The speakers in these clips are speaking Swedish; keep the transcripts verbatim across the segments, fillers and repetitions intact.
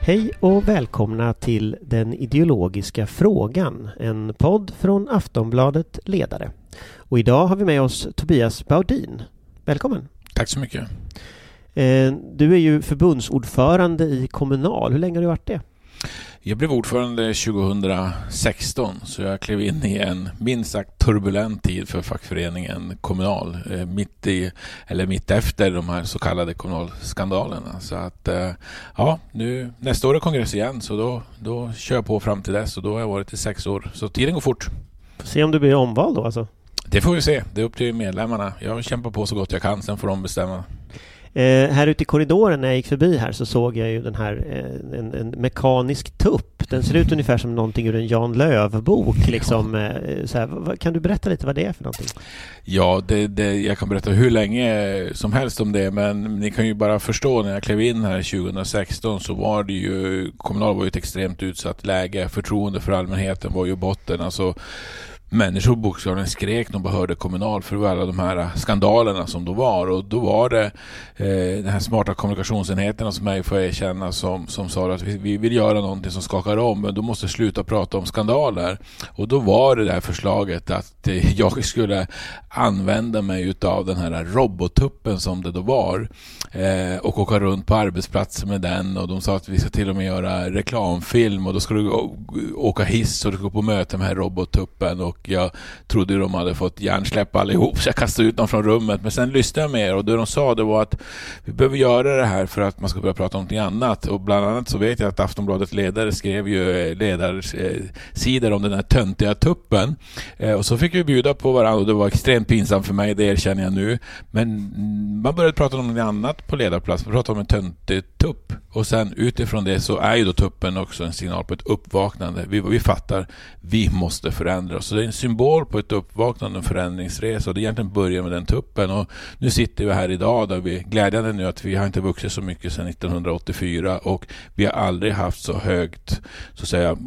Hej och välkomna till Den ideologiska frågan, en podd från Aftonbladet Ledare. Och idag har vi med oss Tobias Baudin. Välkommen. Tack så mycket. Eh, du är ju förbundsordförande i Kommunal. Hur länge har du varit det? Jag blev ordförande tjugohundrasexton, så jag klev in i en minst sagt turbulent tid för fackföreningen Kommunal, eh, mitt i, eller mitt efter de här så kallade kommunalskandalerna. Så att eh, ja, nu nästa år är kongress igen, så då, då kör jag på fram till dess, och då har jag varit i sex år. Så tiden går fort. Se om du blir omvald då alltså. Det får vi se. Det är upp till medlemmarna. Jag kämpar på så gott jag kan, sen får de bestämma. Eh, här ute i korridoren när jag gick förbi här så såg jag ju den här eh, en, en mekanisk tupp. Den ser ut ungefär som någonting ur en Jan Lööf-bok liksom. Eh, så här, vad, kan du berätta lite vad det är för någonting? Ja, det, det, jag kan berätta hur länge som helst om det, men ni kan ju bara förstå, när jag klev in här tjugohundrasexton så var det ju, Kommunal var ju ett extremt utsatt läge. Förtroende för allmänheten var ju botten, alltså människor bokstavligen skrek när de bara hörde Kommunal för alla de här skandalerna som då var. Och då var det eh, den här smarta kommunikationsenheten som mig får erkänna som, som sa att vi, vi vill göra någonting som skakar om, men då måste sluta prata om skandaler. Och då var det där förslaget att eh, jag skulle använda mig utav den här robottuppen som det då var eh, och åka runt på arbetsplatser med den. Och de sa att vi ska till och med göra reklamfilm, och då ska du åka hiss och du ska gå på möte med den här robottuppen. Och jag trodde de hade fått hjärnsläpp allihop, så jag kastade ut dem från rummet. Men sen lyssnade jag med er, och det de sa det var att vi behöver göra det här för att man ska börja prata om någonting annat. Och bland annat så vet jag att Aftonbladet Ledare skrev ju ledarsidor om den här töntiga tuppen. Och så fick vi bjuda på varandra, och det var extremt pinsamt för mig, det erkänner jag nu. Men man började prata om något annat på ledarplats. Man pratade om en töntig tupp. Och sen utifrån det så är ju då tuppen också en signal på ett uppvaknande. Vi, vi fattar, vi måste förändra oss. Så det är en symbol på ett uppvaknande, en förändringsresa, och det egentligen börjar med den tuppen. Och nu sitter vi här idag där vi, glädjande nu att vi har inte vuxit så mycket sedan nittonhundraåttiofyra, och vi har aldrig haft så högt, så att säga,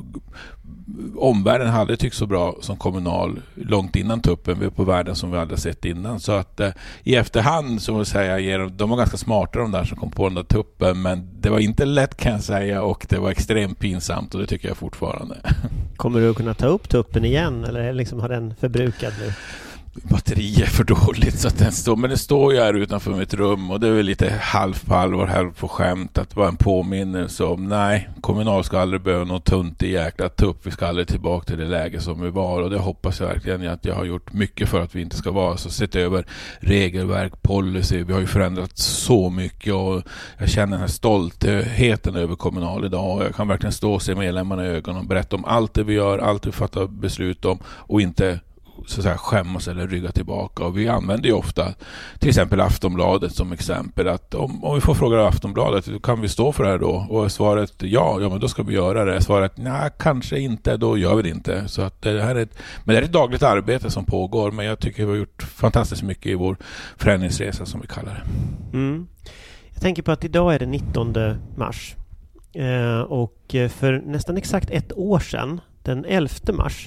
omvärlden hade aldrig tyckt så bra som Kommunal långt innan tuppen. Vi är på världen som vi aldrig sett innan. Så att eh, i efterhand så vill säga, de var ganska smarta de där som kom på den där tuppen, men det var inte lätt kan jag säga, och det var extremt pinsamt, och det tycker jag fortfarande. Kommer du att kunna ta upp tuppen igen, eller liksom har den förbrukad nu? Batteriet är för dåligt så att den står, men det står ju här utanför mitt rum, och det är väl lite halv på allvar, halv på skämt, att vara en påminnelse om nej, Kommunal ska aldrig behöva någon tunt i jäkla tupp, vi ska aldrig tillbaka till det läge som vi var, och det hoppas jag verkligen att jag har gjort mycket för att vi inte ska vara, så sett över regelverk, policy, vi har ju förändrat så mycket, och jag känner den här stoltheten över Kommunal idag, och jag kan verkligen stå och se medlemmarna i ögonen och berätta om allt det vi gör, allt vi fattar beslut om, och inte så att säga skämmas eller rygga tillbaka. Och vi använder ju ofta till exempel Aftonbladet som exempel, att om, om vi får fråga Aftonbladet, kan vi stå för det här då? Och svaret ja, ja men då ska vi göra det. Svaret nej, kanske inte, då gör vi det inte. Så att det här är ett, men det är ett dagligt arbete som pågår, men jag tycker vi har gjort fantastiskt mycket i vår förändringsresa som vi kallar det. Mm. Jag tänker på att idag är det nittonde mars, eh, och för nästan exakt ett år sedan, den elfte mars,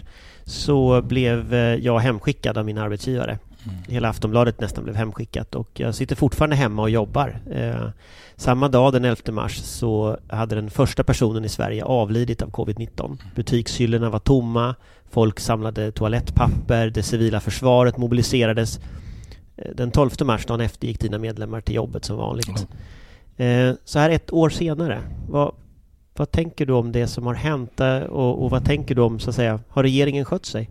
så blev jag hemskickad av min arbetsgivare. Mm. Hela Aftonbladet nästan blev hemskickat, och jag sitter fortfarande hemma och jobbar. Eh, samma dag, den elfte mars, så hade den första personen i Sverige avlidit av covid nitton. Butikshyllorna var tomma, folk samlade toalettpapper, det civila försvaret mobiliserades. Den tolfte mars, dagen efter, gick dina medlemmar till jobbet som vanligt. Mm. Eh, så här ett år senare, vad Vad tänker du om det som har hänt, och, och vad tänker du om, så att säga, har regeringen skött sig?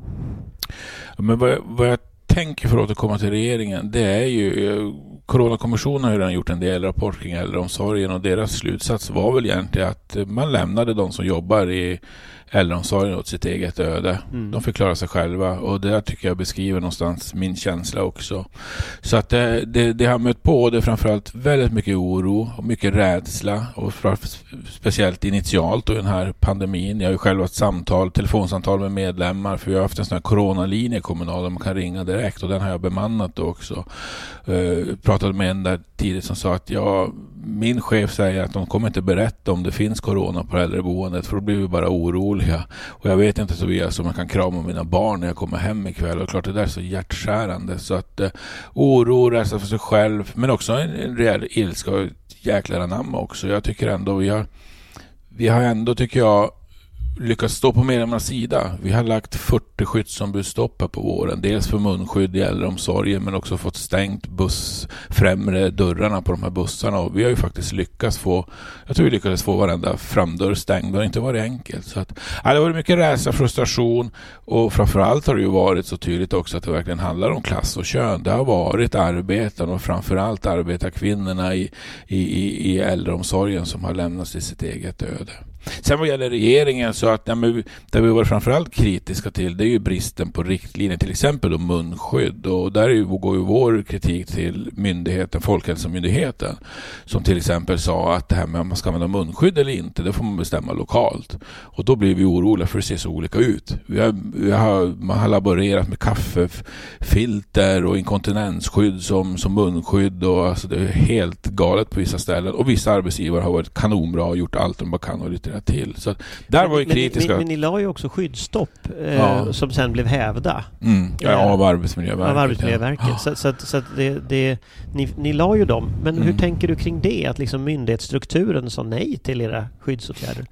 Men vad jag, vad jag tänker för att återkomma till regeringen, det är ju, Coronakommissionen har redan gjort en del rapport kring äldreomsorgen, och deras slutsats var väl egentligen att man lämnade de som jobbar i äldreomsorgen åt sitt eget öde. Mm. De fick klara sig själva, och det där tycker jag beskriver någonstans min känsla också. Så att det, det, det har mött på, det är framförallt väldigt mycket oro och mycket rädsla, och speciellt initialt och den här pandemin. Jag har ju själv haft samtal, telefonsamtal med medlemmar, för jag har haft en sån här coronalinje kommunal där man kan ringa direkt, och den har jag bemannat också. Uh, pratade med en där tidigt som sa att ja, min chef säger att de kommer inte berätta om det finns corona på äldreboendet, för då blir vi bara oroliga. Och jag vet inte så vi som jag kan krama mina barn när jag kommer hem ikväll. Och klart det där är så hjärtskärande. Så att eh, oro, rädsla för sig själv, men också en, en rejäl ilska och jäkla anamma också. Jag tycker ändå vi har vi har ändå, tycker jag, lyckats stå på medlemmarnas sida. Vi har lagt fyrtio skyddsombudsstopp på våren. Dels för munskydd i äldreomsorgen, men också fått stängt buss, främre dörrarna på de här bussarna. Och vi har ju faktiskt lyckats få, jag tror vi lyckades få varenda framdörr stängd. Det har inte varit enkelt. Så att, ja, det har varit mycket rädsla, frustration, och framförallt har det ju varit så tydligt också att det verkligen handlar om klass och kön. Det har varit arbetarna och framförallt arbetarkvinnorna i, i, i, i äldreomsorgen som har lämnats till sitt eget öde. Sen vad gäller regeringen, så att ja, men, där vi var framförallt kritiska till, det är ju bristen på riktlinjer, till exempel då munskydd, och där är ju, går ju vår kritik till myndigheten, Folkhälsomyndigheten, som till exempel sa att det här med om man ska använda munskydd eller inte, det får man bestämma lokalt. Och då blir vi oroliga för det ser så olika ut. Vi har, vi har, man har laborerat med kaffefilter och inkontinensskydd som, som munskydd, och alltså det är helt galet på vissa ställen, och vissa arbetsgivare har varit kanonbra och gjort allt de bara kan och lite till. Så där men, var ju kritiska. Men, men, men ni la ju också skyddsstopp eh, ja. som sen blev hävda. Mm. Ja, eh, av Arbetsmiljöverket. Av Arbetsmiljöverket. Ja. Så, så, att, så att det, det, ni, ni la ju dem. Men mm. hur tänker du kring det? Att liksom myndighetsstrukturen sa nej till era skyddsåtgärder?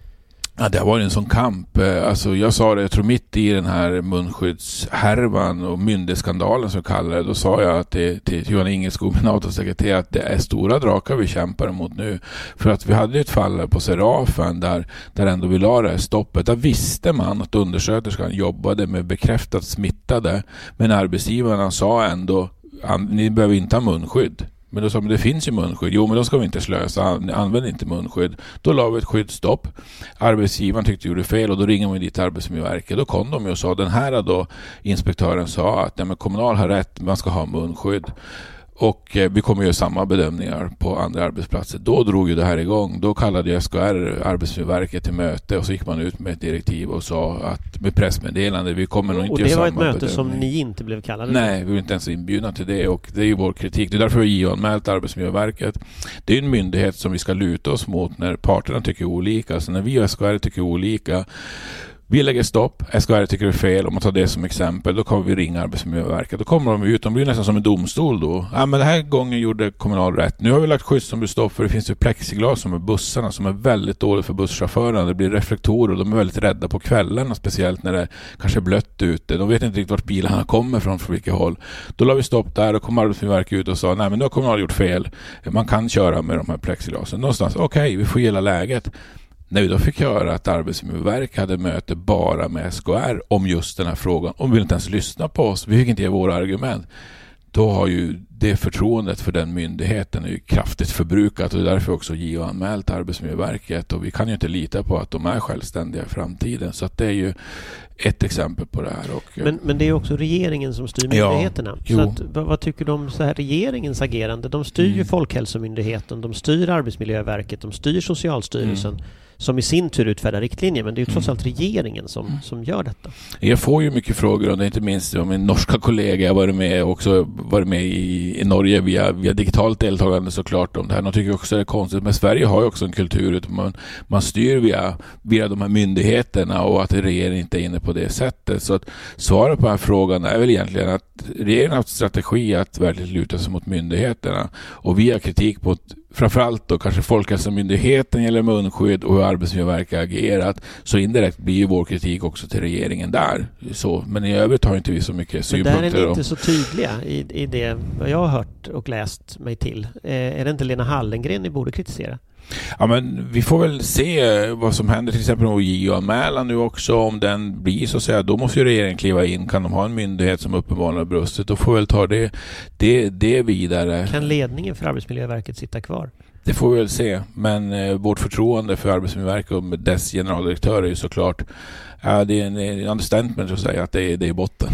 Ja, det var en sån kamp. Alltså, jag sa det, jag tror mitt i den här munskyddshärvan och myndighetsskandalen som kallar det, då sa jag att det, till Johan Ingeskog, min autosekreterare, att det är stora drakar vi kämpar emot nu. För att vi hade ett fall på Serafen där, där ändå vi la det här stoppet. Där visste man att undersköterskan jobbade med bekräftat smittade, men arbetsgivarna sa ändå, ni behöver inte ha munskydd. Men då sa man, det finns ju munskydd. Jo, men då ska vi inte slösa. Använd inte munskydd. Då la vi ett skyddsstopp. Arbetsgivaren tyckte det gjorde fel, och då ringer man dit till Arbetsmiljöverket. Då kom de och sa, den här då, inspektören sa att ja, men Kommunal har rätt, man ska ha munskydd. Och eh, vi kommer göra samma bedömningar på andra arbetsplatser. Då drog ju det här igång. Då kallade S K R Arbetsmiljöverket till möte, och så gick man ut med ett direktiv och sa att med pressmeddelande, vi kommer nog inte göra samma bedömning. Och det var ett möte som ni inte blev kallade? Nej, vi var inte ens inbjudna till det, och det är ju vår kritik. Det är därför vi har J O-anmält Arbetsmiljöverket. Det är en myndighet som vi ska luta oss mot när parterna tycker olika. Så när vi och S K R tycker olika, vi lägger stopp, S K R tycker det är fel, om man tar det som exempel, då kommer vi ringa Arbetsmiljöverket. Då kommer de ut, de blir nästan som en domstol då. Ja, men den här gången gjorde Kommunal rätt. Nu har vi lagt skyddsombudsstopp, för det finns ju plexiglas som är bussarna som är väldigt dåligt för busschaufförerna. Det blir reflektorer, och de är väldigt rädda på kvällarna, speciellt när det kanske är blött ute. De vet inte riktigt vart bilarna kommer från, från vilket håll. Då la vi stopp där, och kom Arbetsmiljöverket ut och sa, nej men nu har Kommunal gjort fel. Man kan köra med de här plexiglasen. Någonstans, okej, okay, vi får gilla läget. När vi då fick höra att Arbetsmiljöverket hade möte bara med S K R om just den här frågan, och vill inte ens lyssna på oss, vi fick inte ge våra argument, då har ju det förtroendet för den myndigheten är ju kraftigt förbrukat, och därför också J O-anmält Arbetsmiljöverket, och vi kan ju inte lita på att de är självständiga i framtiden. Så att det är ju ett exempel på det här. Och, men, men det är också regeringen som styr myndigheterna. Ja, så att, vad, vad tycker du om så här regeringens agerande? De styr mm. ju Folkhälsomyndigheten, de styr Arbetsmiljöverket, de styr Socialstyrelsen, mm. som i sin tur utfärdar riktlinjer, men det är ju trots allt regeringen som, mm. som gör detta. Jag får ju mycket frågor, och det är inte minst om min norska kollega. Jag har varit med, också varit med i, i Norge via, via digitalt deltagande såklart om det här. De tycker också det är konstigt, men Sverige har ju också en kultur att man, man styr via, via de här myndigheterna, och att regeringen inte är inne på det sättet. Så att svaret på den här frågan är väl egentligen att regeringen har haft strategi att verkligen luta sig mot myndigheterna, och vi har kritik mot framförallt då kanske Folkhälsomyndigheten gäller munskydd och hur Arbetsmiljöverket agerat, så indirekt blir ju vår kritik också till regeringen där. Så, men i övrigt har inte vi så mycket synpunkter. Men där är ni inte så tydliga i, i det vad jag har hört och läst mig till. Eh, är det inte Lena Hallengren ni borde kritisera? Ja, men vi får väl se vad som händer, till exempel med J O-anmälan nu också, om den blir så att säga, då måste ju regeringen kliva in. Kan de ha en myndighet som uppenbarligen har brustit, då får väl ta det, det, det vidare. Kan ledningen för Arbetsmiljöverket sitta kvar? Det får vi väl se, men eh, vårt förtroende för Arbetsmiljöverket och dess generaldirektör är ju såklart, ja, det är en, en understatement att säga att det är, det är botten.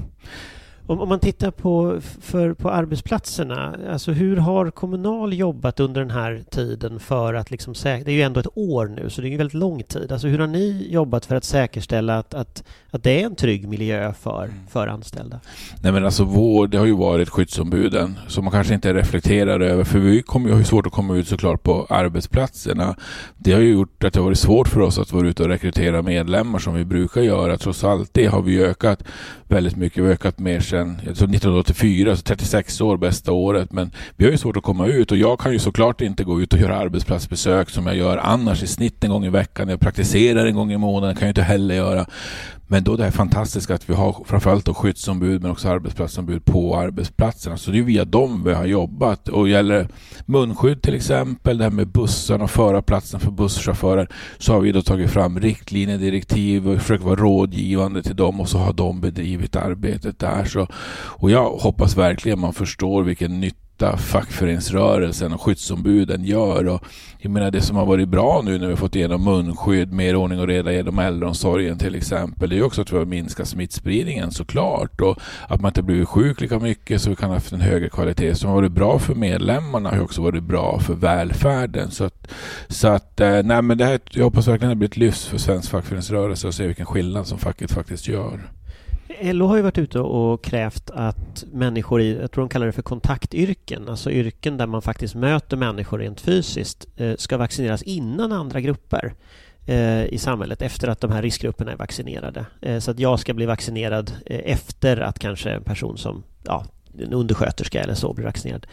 Om, om man tittar på, för, på arbetsplatserna, alltså hur har Kommunal jobbat under den här tiden för att liksom säk- det är ju ändå ett år nu, så det är ju väldigt lång tid. Alltså hur har ni jobbat för att säkerställa att, att, att det är en trygg miljö för, för anställda? Nej, men alltså vår, det har ju varit skyddsombuden som man kanske inte reflekterar över, för vi kommer ju ha svårt att komma ut såklart på arbetsplatserna. Det har ju gjort att det har varit svårt för oss att vara ute och rekrytera medlemmar som vi brukar göra. Trots allt det har vi ökat väldigt mycket, vi har ökat mer sedan nittonhundraåttiofyra, så trettiosex år, bästa året. Men vi har ju svårt att komma ut, och jag kan ju såklart inte gå ut och göra arbetsplatsbesök som jag gör annars i snitt en gång i veckan. Jag praktiserar en gång i månaden, kan jag inte heller göra. Men då det är fantastiskt att vi har framförallt då skyddsombud men också arbetsplatsombud på arbetsplatserna. Så det är via dem vi har jobbat. Och gäller munskydd till exempel, det här med bussarna och förarplatsen för busschaufförer, så har vi då tagit fram riktlinjer, direktiv och försökt vara rådgivande till dem, och så har de bedrivit arbetet där. Så, och jag hoppas verkligen man förstår vilken nytta fackföreningsrörelsen och skyddsombuden gör. Och jag menar, det som har varit bra nu när vi har fått igenom munskydd, mer ordning och reda genom äldreomsorgen till exempel, det är också att vi har minskat smittspridningen såklart, och att man inte blivit sjuk lika mycket, så vi kan ha haft en högre kvalitet. Som har varit bra för medlemmarna har också varit bra för välfärden. Så att, så att nej, men det här, jag hoppas verkligen det blir ett lyft för svensk fackföreningsrörelse och se vilken skillnad som facket faktiskt gör. L O har ju varit ute och krävt att människor i, jag tror de kallar det för kontaktyrken, alltså yrken där man faktiskt möter människor rent fysiskt, ska vaccineras innan andra grupper i samhället, efter att de här riskgrupperna är vaccinerade. Så att jag ska bli vaccinerad efter att kanske en person som, ja, en undersköterska eller så blir vaccinerad.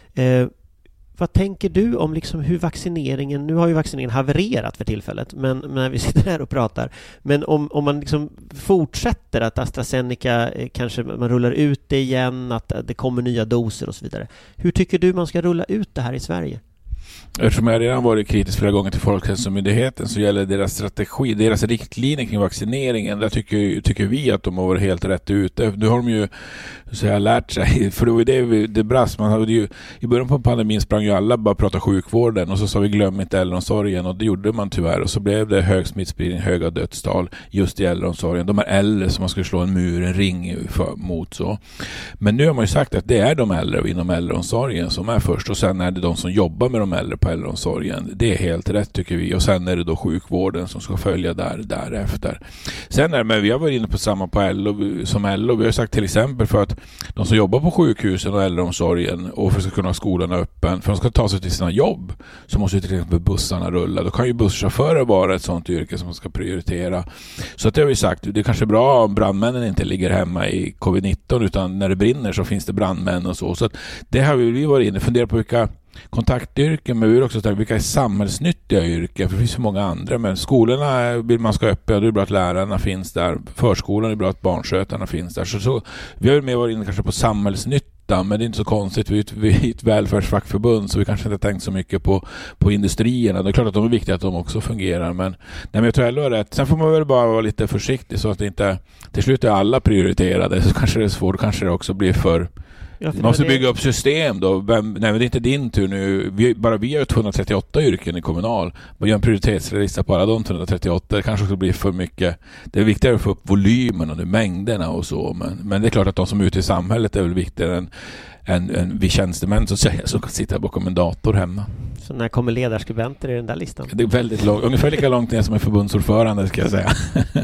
Vad tänker du om liksom hur vaccineringen, nu har ju vaccineringen havererat för tillfället, men, men när vi sitter här och pratar, men om, om man liksom fortsätter att AstraZeneca kanske man rullar ut det igen, att det kommer nya doser och så vidare. Hur tycker du man ska rulla ut det här i Sverige? Eftersom jag redan varit kritisk flera gånger till Folkhälsomyndigheten, så gäller deras strategi, deras riktlinjer kring vaccineringen, där tycker, tycker vi att de har varit helt rätt ute. Nu har de ju så jag lärt sig, för det var det vi, det brast. Man hade ju, i början på pandemin sprang ju alla bara prata sjukvården, och så sa vi glöm inte äldreomsorgen, och det gjorde man tyvärr, och så blev det hög smittspridning, höga dödstal just i äldreomsorgen. De är äldre som man skulle slå en mur, en ring för, mot så. Men nu har man ju sagt att det är de äldre inom äldreomsorgen som är först, och sen är det de som jobbar med de äldre på äldreomsorgen. Det är helt rätt tycker vi, och sen är det då sjukvården som ska följa där därefter. Sen är det, men vi har varit inne på samma på L O som L O. Vi har sagt till exempel för att de som jobbar på sjukhusen och äldreomsorgen, och för att ska kunna ha skolan öppen, för att de ska ta sig till sina jobb, så måste ju till exempel bussarna rulla. Då kan ju busschaufförer vara ett sånt yrke som man ska prioritera. Så att det har vi sagt, det är kanske bra om brandmännen inte ligger hemma i covid nitton, utan när det brinner så finns det brandmän och så. Så att det har vi varit inne och funderat på vilka kontaktyrken, men vi vill också ställa vilka är samhällsnyttiga yrken, för det finns så många andra. Men skolorna vill man ska öppna, det är bra att lärarna finns där. Förskolan är bra att barnskötarna finns där. Så, så vi har mer varit inne kanske på samhällsnytta, men det är inte så konstigt. Vi är ett, vi är ett välfärdsfackförbund, så vi kanske inte tänkt så mycket på, på industrierna. Det är klart att de är viktiga att de också fungerar, men, nej, men jag tror ändå är rätt. Sen får man väl bara vara lite försiktig så att det inte till slut är alla prioriterade, så kanske det är svårt, kanske det också blir för Ja, man måste bygga upp system då. Vem, nej, men det är inte din tur nu. Vi, bara vi har tvåhundratrettioåtta yrken i kommunal. Man gör en prioritetslista på alla de tvåhundratrettioåtta. Det kanske också blir för mycket. Det är viktigare att få upp volymen och nu, mängderna och så. Men, men det är klart att de som är ute i samhället är väl viktigare än, än, än vi tjänstemän så att säga, som kan sitta bakom en dator hemma. Så när kommer ledarskribenter i den där listan? Det är väldigt långt. Ungefär lika långt ner som en förbundsordförande ska jag säga.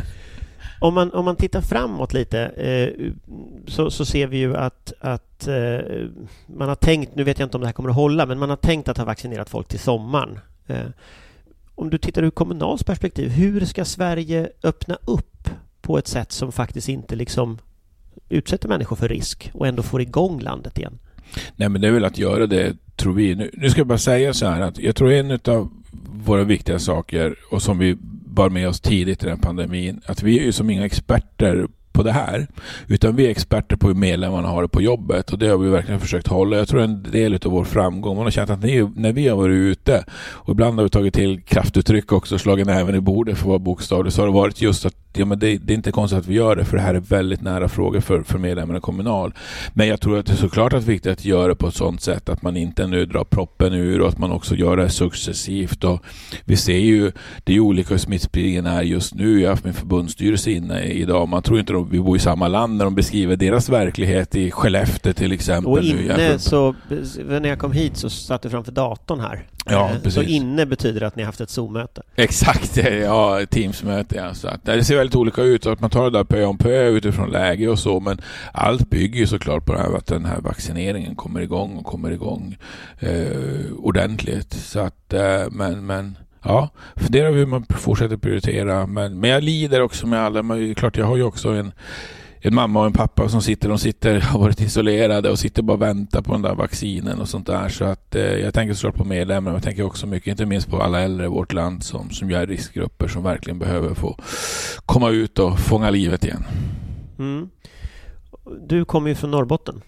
Om man, om man tittar framåt lite eh, så, så ser vi ju att, att eh, man har tänkt, nu vet jag inte om det här kommer att hålla, men man har tänkt att ha vaccinerat folk till sommaren. Eh, om du tittar ur kommunals perspektiv, hur ska Sverige öppna upp på ett sätt som faktiskt inte liksom utsätter människor för risk och ändå får igång landet igen? Nej, men det är väl att göra det, tror vi. Nu, nu ska jag bara säga så här att jag tror en av våra viktiga saker, och som vi bar med oss tidigt i den pandemin, att vi är ju som inga experter på det här, utan vi är experter på hur medlemmarna har det på jobbet, och det har vi verkligen försökt hålla. Jag tror en del av vår framgång, man har känt att ni, när vi har varit ute, och ibland har vi tagit till kraftuttryck också, slagit även i bordet för att vara bokstavlig, så har det varit just att ja, men det, det är inte konstigt att vi gör det, för det här är väldigt nära frågor för, för medlemmarna kommunal. Men jag tror att det är såklart att det är viktigt att göra det på ett sådant sätt att man inte nu drar proppen ur, och att man också gör det successivt. Och vi ser ju, det är olika hur smittspridningen är just nu. Jag har haft min förbundsstyrelse inne idag. Man tror inte att vi bor i samma land när de beskriver deras verklighet i Skellefteå till exempel. Och inne så, när jag kom hit så satt du framför datorn här. Ja, precis. Så inne betyder att ni har haft ett Zoom-möte. Exakt, ja, Teams-möte. Ja. Så att det ser väldigt olika ut, så att man tar det där pö om pö utifrån läge och så, men allt bygger ju såklart på det här, att den här vaccineringen kommer igång och kommer igång eh, ordentligt. Så att, eh, men, men ja, funderar vi hur man fortsätter prioritera, men, men jag lider också med alla, men klart jag har ju också en en mamma och en pappa som sitter, de sitter, har varit isolerade och sitter bara och väntar på den där vaccinen och sånt där. Så att eh, jag tänker såklart på medlemmar, men jag tänker också mycket, inte minst på alla äldre i vårt land som, som är riskgrupper som verkligen behöver få komma ut och fånga livet igen. Mm. Du kommer ju från Norrbotten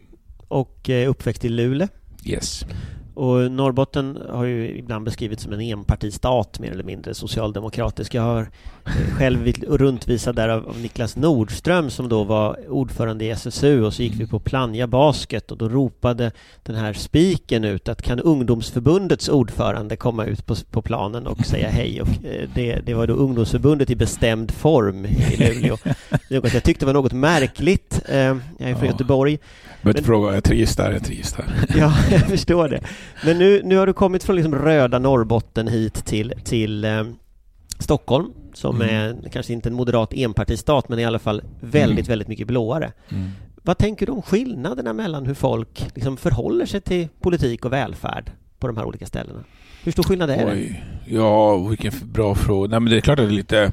och är uppväxt i Luleå. Yes. Och Norrbotten har ju ibland beskrivits som en enpartistat, mer eller mindre socialdemokratisk. Jag har själv rundvisat där av, av Niklas Nordström som då var ordförande i S S U, och så gick vi på Plannja Basket och då ropade den här spiken ut att kan ungdomsförbundets ordförande komma ut på, på planen och säga hej, och det, det var då ungdomsförbundet i bestämd form i Luleå. Jag tyckte det var något märkligt. Jag är från ja. Göteborg. Men, men fråga, jag trivs där, jag trivs där. Ja, jag förstår det. Men nu, nu har du kommit från liksom röda Norrbotten hit till, till eh, Stockholm, som mm. är kanske inte en moderat enpartistat, men i alla fall väldigt, mm. väldigt mycket blåare. Mm. Vad tänker du om skillnaderna mellan hur folk liksom förhåller sig till politik och välfärd på de här olika ställena? Hur stor skillnad är det? Oj, ja, vilken bra fråga. Nej, men det är klart att det är lite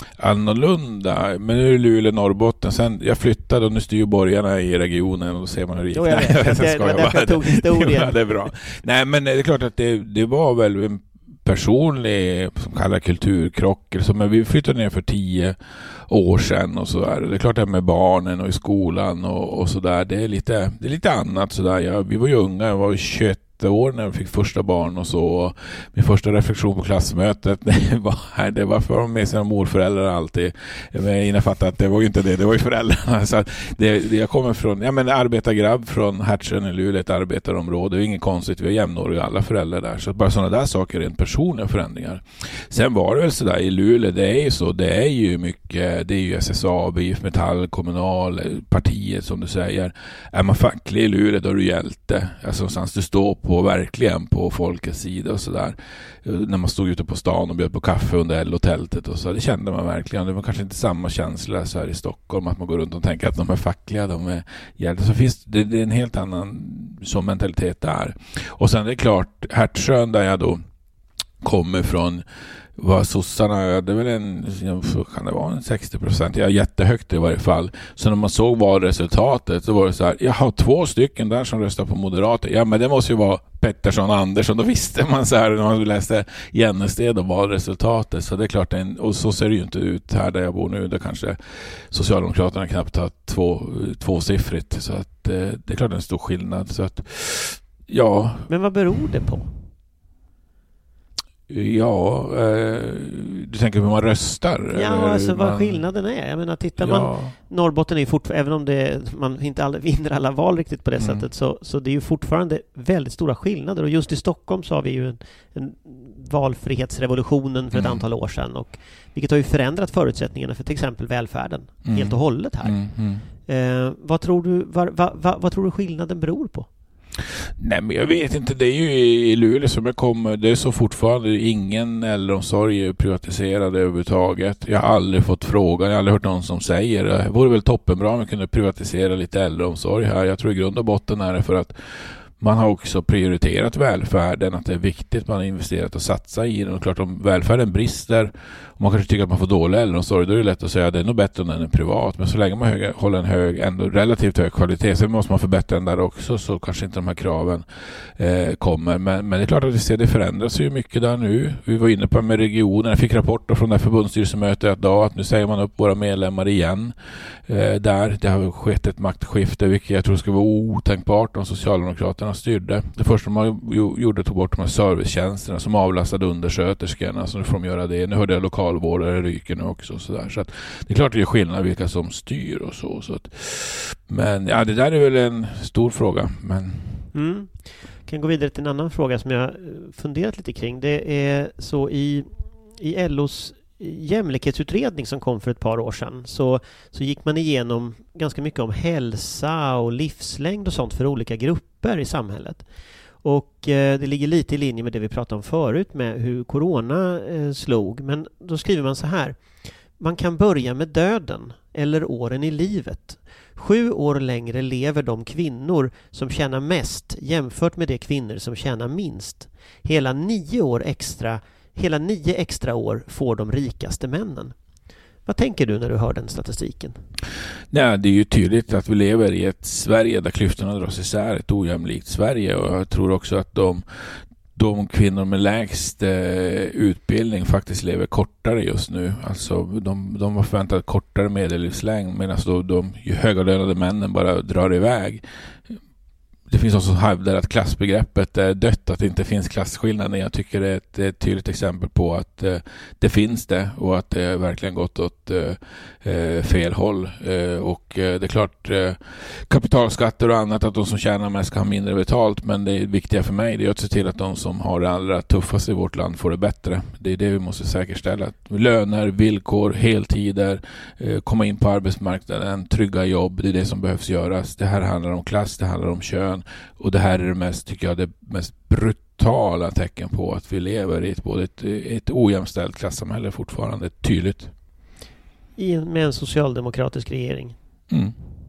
annorlunda, men nu är det Luleå, Norrbotten. Sen jag flyttade och nu styr borgarna i regionen och då ser man hur det gick. Jo, jag vet. Nej, jag det, det var därför jag tog historien. Ja, det är bra. Nej, men det är klart att det, det var väl en personlig, som kallar kulturkrock, som vi flyttade ner för tio år sedan och sådär. Det är klart att med barnen och i skolan och, och sådär, det är lite, det är lite annat sådär. Ja, vi var ju unga, jag var tjugoett år när jag fick första barn och så. Min första reflektion på klassmötet det var, det var för med sina morföräldrar alltid. Jag innefattar att det var ju inte det, det var ju föräldrarna. Så det, det, jag kommer från, ja men arbetargrabb från Hertsön i Luleå, ett arbetarområde. Det är inget konstigt, vi har jämnåriga alla föräldrar där. Så bara sådana där saker är en personliga förändringar. Sen var det väl sådär i Luleå, det är ju så, det är ju mycket, det är ju S S A B, I F Metall, Kommunal, partiet som du säger. Är man facklig i Luleå då är du hjälte. Alltså någonstans du står på verkligen på folkets sida och sådär. När man stod ute på stan och bjöd på kaffe under L O-tältet och så, det kände man verkligen. Det var kanske inte samma känsla så här i Stockholm att man går runt och tänker att de är fackliga, de är hjältar. Så finns det, det är en helt annan som mentalitet där. Och sen det är klart, Hertsön där jag då kommer från, var sossarna, det är väl en, kan det vara en sextio procent, ja jättehögt i varje fall. Så när man såg valresultatet så var det så här, jag har två stycken där som röstar på Moderater. Ja men det måste ju vara Pettersson och Andersson. Då visste man så här när man läste Jennested och valresultatet. Så det är klart, en, och så ser det ju inte ut här där jag bor nu. Där kanske Socialdemokraterna knappt har två, tvåsiffrigt. Så att det är klart en stor skillnad. Så att, ja. Men vad beror det på? Ja, eh, du tänker hur man röstar? Ja, eller alltså vad man... skillnaden är. Jag menar, tittar ja. man... Norrbotten är ju fortfarande, även om det, man inte alla, vinner alla val riktigt på det mm. sättet, så, så det är ju fortfarande väldigt stora skillnader. Och just i Stockholm så har vi ju en, en valfrihetsrevolutionen för ett mm. antal år sedan. Och, vilket har ju förändrat förutsättningarna för till exempel välfärden mm. helt och hållet här. Mm. Mm. Eh, vad, tror du, var, va, va, vad tror du skillnaden beror på? Nej, men jag vet inte. Det är ju i Luleå som jag kommer. Det är så fortfarande ingen äldreomsorg är privatiserad överhuvudtaget. Jag har aldrig fått frågan. Jag har aldrig hört någon som säger det. Det vore väl toppenbra om vi kunde privatisera lite äldreomsorg här. Jag tror i grund och botten är det för att man har också prioriterat välfärden, att det är viktigt, man har investerat och satsat i den. Och klart om välfärden brister och man kanske tycker att man får dålig äldreomsorg, då är det lätt att säga att det är nog bättre om den är privat. Men så länge man hög, håller en hög, ändå relativt hög kvalitet, så måste man förbättra den där också, så kanske inte de här kraven eh, kommer. Men, men det är klart att vi ser det förändras ju mycket där nu. Vi var inne på med regionen. Jag fick rapporter från det här förbundsstyrelsemötet idag att nu säger man upp våra medlemmar igen. Eh, där det har skett ett maktskifte, vilket jag tror ska vara otänkbart om Socialdemokraterna styrde. Det första man gjorde tog bort de här servicetjänsterna som avlastade undersköterskorna, så nu får de göra det. Nu hörde jag lokalvårdare ryker nu också. Så, där. Så att det är klart det är skillnad vilka som styr och så. så att, men ja, det där är väl en stor fråga. Men... Mm. Jag kan gå vidare till en annan fråga som jag funderat lite kring. Det är så i, i L O:s jämlikhetsutredning som kom för ett par år sedan, så, så gick man igenom ganska mycket om hälsa och livslängd och sånt för olika grupper i samhället. Och eh, det ligger lite i linje med det vi pratade om förut med hur corona eh, slog. Men då skriver man så här: man kan börja med döden eller åren i livet. Sju år längre lever de kvinnor som tjänar mest jämfört med de kvinnor som tjänar minst. Hela nio år extra Hela nio extra år får de rikaste männen. Vad tänker du när du hör den statistiken? Nej, det är ju tydligt att vi lever i ett Sverige där klyftorna dras isär, ett ojämlikt Sverige, och jag tror också att de De kvinnor med lägst eh, utbildning faktiskt lever kortare just nu. Alltså de, de har förväntat kortare medellivslängd, medan då de högavlönade männen bara drar iväg. Det finns också som hävdar att klassbegreppet är dött, att det inte finns klasskillnader. Jag tycker det är ett, ett tydligt exempel på att eh, det finns det, och att det verkligen gått åt eh, fel håll. Eh, och eh, det är klart, eh, kapitalskatter och annat, att de som tjänar mest ska ha mindre betalt, men det viktiga för mig det är att se till att de som har det allra tuffast i vårt land får det bättre. Det är det vi måste säkerställa. Löner, villkor, heltider, eh, komma in på arbetsmarknaden, trygga jobb, det är det som behövs göras. Det här handlar om klass, det handlar om kön. Och det här är det mest, tycker jag, det mest brutala tecken på att vi lever i ett, både ett, ett ojämställt klassamhälle fortfarande, tydligt. I, med en socialdemokratisk regering. Mm.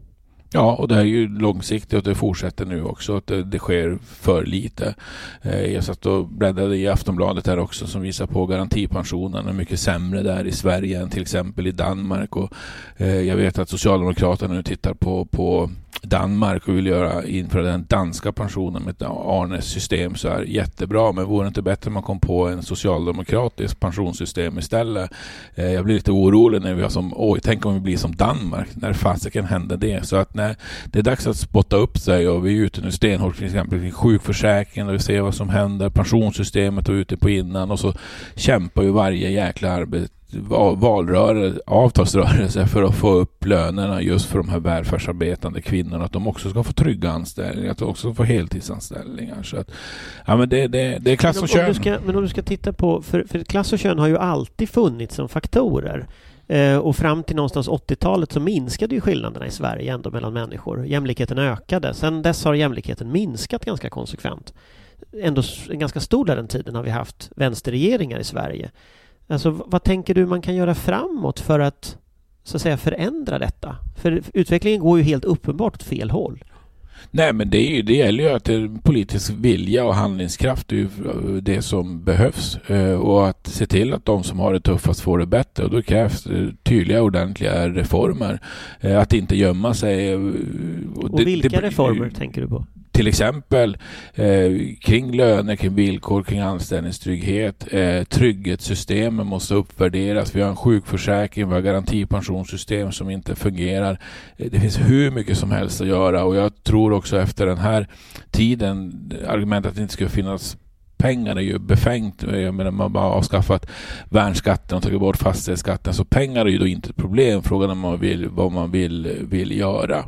Ja, och det här är ju långsiktigt, och det fortsätter nu också, att det, det sker för lite. Eh, jag satt och bläddrade i Aftonbladet här också, som visar på garantipensionen är mycket sämre där i Sverige än till exempel i Danmark. Och eh, jag vet att Socialdemokraterna nu tittar på, på Danmark och vill göra införa den danska pensionen med ett Arnes system, så är jättebra, men vore det inte bättre om man kom på en socialdemokratisk pensionssystem istället? Eh, jag blir lite orolig när vi har som, oj, tänk om vi blir som Danmark, när fasiken händer det. Så att när det är dags att spotta upp sig, och vi är ute nu stenhårt till exempel kring sjukförsäkringen, och vi ser vad som händer, pensionssystemet och ute på innan, och så kämpar ju varje jäkla arbete valrörelse, avtalsrörelse för att få upp lönerna just för de här välfärdsarbetande kvinnorna, att de också ska få trygga anställningar, att de också få heltidsanställningar. Så att, ja, men det, det, det är klass och kön. Ska, men om du ska titta på, för, för klass och kön har ju alltid funnits som faktorer. Eh, och fram till någonstans åttiotalet så minskade ju skillnaderna i Sverige ändå mellan människor. Jämlikheten ökade. Sen dess har jämlikheten minskat ganska konsekvent. Ändå en ganska stor del av den tiden har vi haft vänsterregeringar i Sverige. Alltså, vad tänker du man kan göra framåt för att, så att säga, förändra detta? För utvecklingen går ju helt uppenbart åt fel håll. Nej, men det, är ju, det gäller ju att det är politisk vilja och handlingskraft är ju det som behövs. Och att se till att de som har det tuffast får det bättre. Och då krävs tydliga, ordentliga reformer. Att inte gömma sig. Och, och det, vilka det, reformer tänker du på? Till exempel eh, kring löner, kring villkor, kring anställningstrygghet. Eh, trygghetssystemen måste uppvärderas. Vi har en sjukförsäkring, vi har garantipensionssystem som inte fungerar. Eh, det finns hur mycket som helst att göra, och jag tror också efter den här tiden, argumentet att det inte ska finnas pengar är ju befängt. Jag menar, man bara avskaffat värnskatten och tagit bort fastighetsskatten, så pengar är ju då inte ett problem. Frågan är om man vill, vad man vill, vill göra.